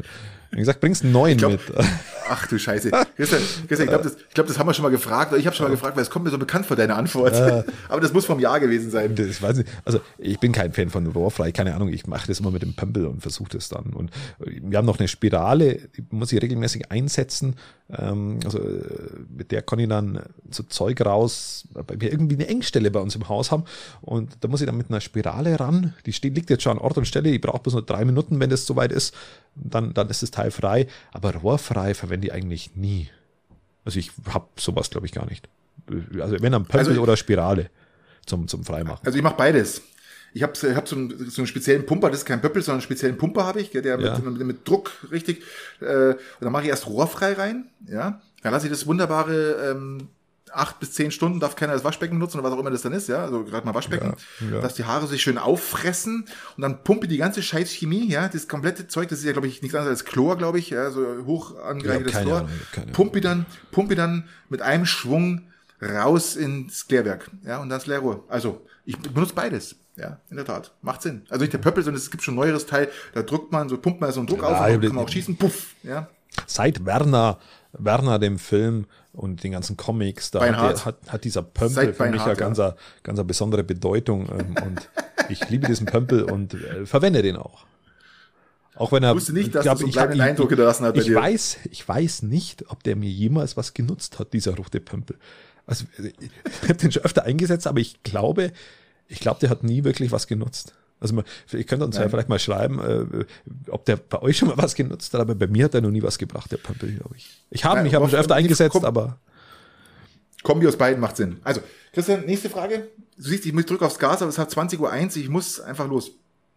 Ich habe gesagt, bringst einen neuen mit. Ach du Scheiße. Christian, ich glaube, das haben wir schon mal gefragt. Ich habe schon mal gefragt, weil es kommt mir so bekannt vor, deine Antwort. Aber das muss vom Jahr gewesen sein. Ich weiß nicht. Also ich bin kein Fan von rohrfrei, keine Ahnung. Ich mache das immer mit dem Pömpel und versuche das dann. Und wir haben noch eine Spirale, die muss ich regelmäßig einsetzen. Also mit der kann ich dann so Zeug raus, weil wir irgendwie eine Engstelle bei uns im Haus haben. Und da muss ich dann mit einer Spirale ran. Die liegt jetzt schon an Ort und Stelle. Ich brauche bloß nur 3 Minuten, wenn das soweit ist. Dann ist das Teil frei. Aber rohrfrei verwende ich eigentlich nie. Also ich habe sowas, glaube ich, gar nicht. Also wenn dann Pömpel oder Spirale zum Freimachen. Also ich mache beides. Ich hab so einen speziellen Pumper, das ist kein Pöppel, sondern einen speziellen Pumper habe ich, der mit Druck richtig. Und dann mache ich erst rohrfrei rein, ja. Dann lasse ich das wunderbare 8 bis 10 Stunden, darf keiner das Waschbecken benutzen oder was auch immer das dann ist, ja. Also gerade mal Waschbecken, dass die Haare sich schön auffressen und dann pumpe die ganze scheiß Chemie, ja, das komplette Zeug, das ist ja, glaube ich, nichts anderes als Chlor, glaube ich, ja, so hoch angereichertes Chlor. Pumpe dann mit einem Schwung raus ins Klärwerk, ja, und dann ist Leerrohr. Also, ich benutze beides. Ja, in der Tat. Macht Sinn. Also nicht der Pöppel, sondern es gibt schon ein neueres Teil, da pumpt man so einen Druck auf und kann man auch schießen, puff, ja. Seit Werner, dem Film und den ganzen Comics, da hat dieser Pömpel für mich eine ganz besondere Bedeutung und ich liebe diesen Pömpel und verwende den auch. Auch wenn er, ich wusste nicht, dass das so einen kleinen Eindruck hinterlassen hat bei dir. Ich weiß nicht, ob der mir jemals was genutzt hat, dieser rote Pömpel. Also ich habe den schon öfter eingesetzt, aber ich glaube, der hat nie wirklich was genutzt. Also ihr könnt uns ja vielleicht mal schreiben, ob der bei euch schon mal was genutzt hat, aber bei mir hat er noch nie was gebracht, der Pömpel, glaube ich. Ich habe ihn schon öfter eingesetzt, aber... Kombi aus beiden macht Sinn. Also, Christian, nächste Frage. Du siehst, ich drücke aufs Gas, aber es hat 20:01 Uhr, ich muss einfach los.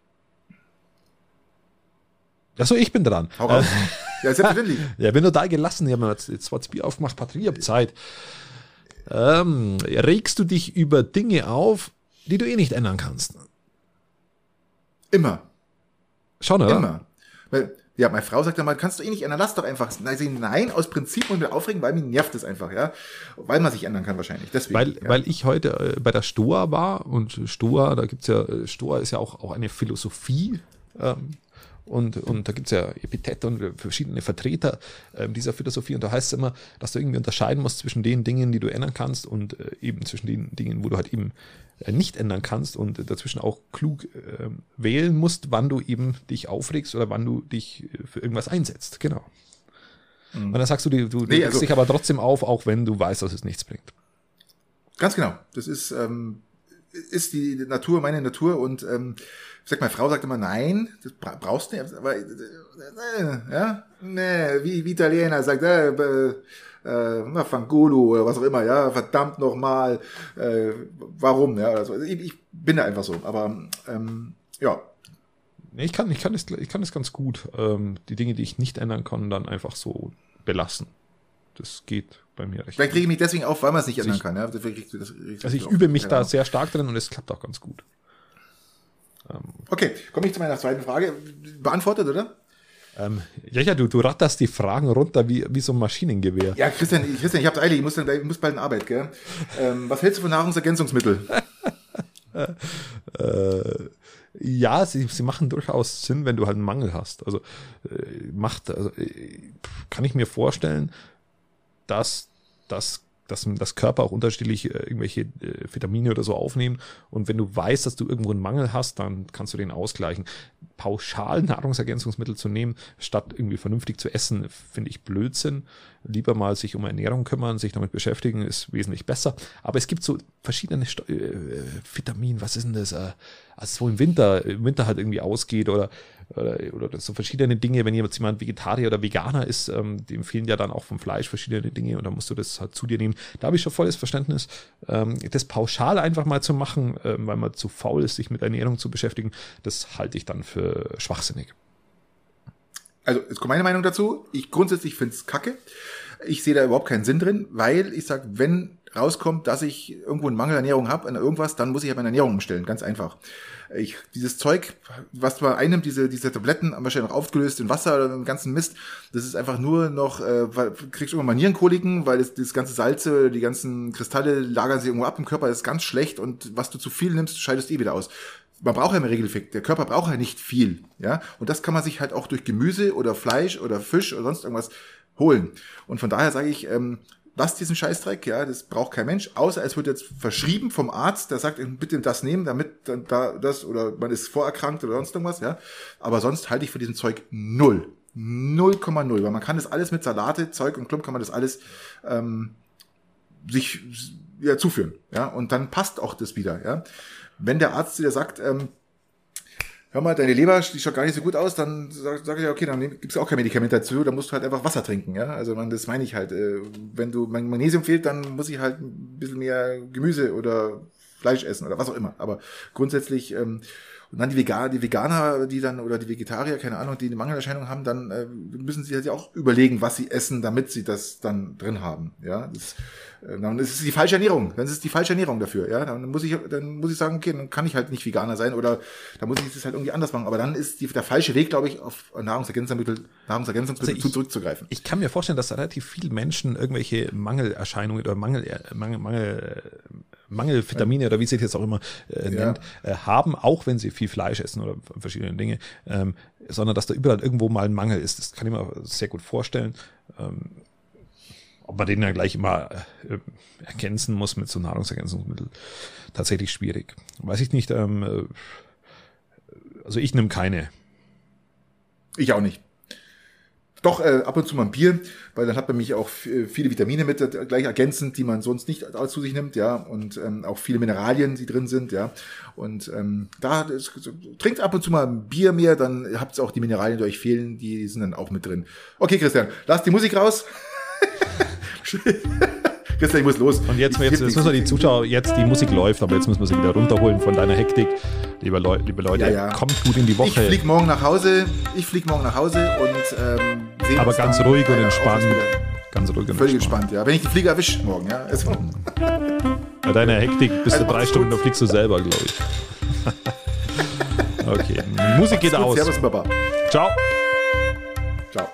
Achso, ich bin dran. Hau raus. Ja, selbstverständlich. Ja, bin total gelassen. Ich habe mir jetzt zwar das Bier aufgemacht, Patrick, ich habe Zeit. Regst du dich über Dinge auf, die du eh nicht ändern kannst? Immer. Schon, oder? Immer. Weil, ja, meine Frau sagt dann mal, kannst du eh nicht ändern, lass doch einfach. Nein, aus Prinzip muss ich mich aufregen, weil mich nervt es einfach, ja. Weil man sich ändern kann wahrscheinlich. Deswegen, weil ich heute bei der Stoa war und Stoa ist ja auch eine Philosophie, und da gibt's ja Epithete und verschiedene Vertreter dieser Philosophie. Und da heißt es immer, dass du irgendwie unterscheiden musst zwischen den Dingen, die du ändern kannst und eben zwischen den Dingen, wo du halt eben nicht ändern kannst und dazwischen auch klug wählen musst, wann du eben dich aufregst oder wann du dich für irgendwas einsetzt. Genau. Und dann sagst du regst dich aber trotzdem auf, auch wenn du weißt, dass es nichts bringt. Ganz genau. Das ist die Natur, meine Natur und meine Frau sagt immer, nein, das brauchst du nicht, aber wie Italiener sagt, Fangolo oder was auch immer, ja, verdammt nochmal, warum, ja, also ich bin da einfach so, aber ja. Ich kann das ganz gut, die Dinge, die ich nicht ändern kann, dann einfach so belassen. Das geht bei mir recht. Vielleicht kriege ich mich deswegen auf, weil man es nicht ändern kann, ja. Ich übe mich da sehr stark drin und es klappt auch ganz gut. Okay, komme ich zu meiner zweiten Frage. Beantwortet, oder? Du ratterst die Fragen runter wie so ein Maschinengewehr. Ja, Christian, ich hab's eilig, ich muss bald in Arbeit, gell? Was hältst du von Nahrungsergänzungsmitteln? Ja, sie machen durchaus Sinn, wenn du halt einen Mangel hast. Also kann ich mir vorstellen, dass Körper auch unterschiedlich irgendwelche Vitamine oder so aufnehmen. Und wenn du weißt, dass du irgendwo einen Mangel hast, dann kannst du den ausgleichen. Pauschal Nahrungsergänzungsmittel zu nehmen, statt irgendwie vernünftig zu essen, finde ich Blödsinn. Lieber mal sich um Ernährung kümmern, sich damit beschäftigen, ist wesentlich besser. Aber es gibt so verschiedene Vitamine, was ist denn das? Also so im Winter halt irgendwie ausgeht oder so verschiedene Dinge, wenn jemand Vegetarier oder Veganer ist, die empfehlen ja dann auch vom Fleisch verschiedene Dinge und dann musst du das halt zu dir nehmen. Da habe ich schon volles Verständnis, das pauschal einfach mal zu machen, weil man zu faul ist, sich mit Ernährung zu beschäftigen, das halte ich dann für schwachsinnig. Also, jetzt kommt meine Meinung dazu. Ich grundsätzlich finde es kacke. Ich sehe da überhaupt keinen Sinn drin, weil ich sage, wenn rauskommt, dass ich irgendwo einen Mangel an Ernährung habe, an irgendwas, dann muss ich halt meine Ernährung umstellen, ganz einfach. Dieses Zeug, was man einnimmt, diese Tabletten, haben wahrscheinlich noch aufgelöst in Wasser oder im ganzen Mist, das ist einfach nur noch, kriegst du irgendwann mal Nierenkoliken, weil das ganze Salze, die ganzen Kristalle lagern sich irgendwo ab im Körper, das ist ganz schlecht und was du zu viel nimmst, scheidest du wieder aus. man braucht ja im Regeleffekt, der Körper braucht ja nicht viel, ja, und das kann man sich halt auch durch Gemüse oder Fleisch oder Fisch oder sonst irgendwas holen. Und von daher sage ich, lasst diesen Scheißdreck, ja, das braucht kein Mensch, außer es wird jetzt verschrieben vom Arzt, der sagt, bitte das nehmen, damit dann da das, oder man ist vorerkrankt oder sonst irgendwas, ja, aber sonst halte ich von diesem Zeug 0,0, weil man kann das alles mit Salate, Zeug und Klump kann man das alles sich ja, zuführen, ja, und dann passt auch das wieder, ja. Wenn der Arzt dir sagt, hör mal, deine Leber, die schaut gar nicht so gut aus, dann sag ich, okay, dann gibt's auch kein Medikament dazu, dann musst du halt einfach Wasser trinken, ja, also das meine ich halt, wenn du Magnesium fehlt, dann muss ich halt ein bisschen mehr Gemüse oder Fleisch essen oder was auch immer, aber grundsätzlich, und dann die Veganer, die dann, oder die Vegetarier, keine Ahnung, die eine Mangelerscheinung haben, dann müssen sie halt auch überlegen, was sie essen, damit sie das dann drin haben, ja, dann ist es die falsche Ernährung. Dann ist es die falsche Ernährung dafür, ja. Dann muss ich sagen, okay, dann kann ich halt nicht Veganer sein oder da muss ich das halt irgendwie anders machen. Aber dann ist der falsche Weg, glaube ich, auf Nahrungsergänzungsmittel zurückzugreifen. Ich kann mir vorstellen, dass relativ viele Menschen irgendwelche Mangelerscheinungen oder Mangelvitamine oder wie sich das jetzt auch immer nennt, haben, auch wenn sie viel Fleisch essen oder verschiedene Dinge, sondern dass da überall irgendwo mal ein Mangel ist. Das kann ich mir sehr gut vorstellen. Ob man den ja gleich immer ergänzen muss mit so Nahrungsergänzungsmitteln, tatsächlich schwierig. Weiß ich nicht, also ich nehme keine. Ich auch nicht. Doch, ab und zu mal ein Bier, weil dann hat man mich auch viele Vitamine mit gleich ergänzend, die man sonst nicht zu sich nimmt, ja, und auch viele Mineralien, die drin sind, ja, und trinkt ab und zu mal ein Bier mehr, dann habt ihr auch die Mineralien, die euch fehlen, die sind dann auch mit drin. Okay, Christian, lass die Musik raus. Christian, ich muss los. Und jetzt müssen wir die Zuschauer, jetzt die Musik läuft, aber jetzt müssen wir sie wieder runterholen von deiner Hektik. Liebe Leute, ja. Kommt gut in die Woche. Ich fliege morgen nach Hause und sehen aber uns ganz dann ruhig und entspannt. Ganz ruhig und völlig entspannt, ja. Wenn ich die Flieger erwische morgen, ja. Bei deiner Hektik bist du 3 Stunden, da fliegst du selber, glaube ich. Okay, Musik geht aus. Servus, Baba. Ciao. Ciao.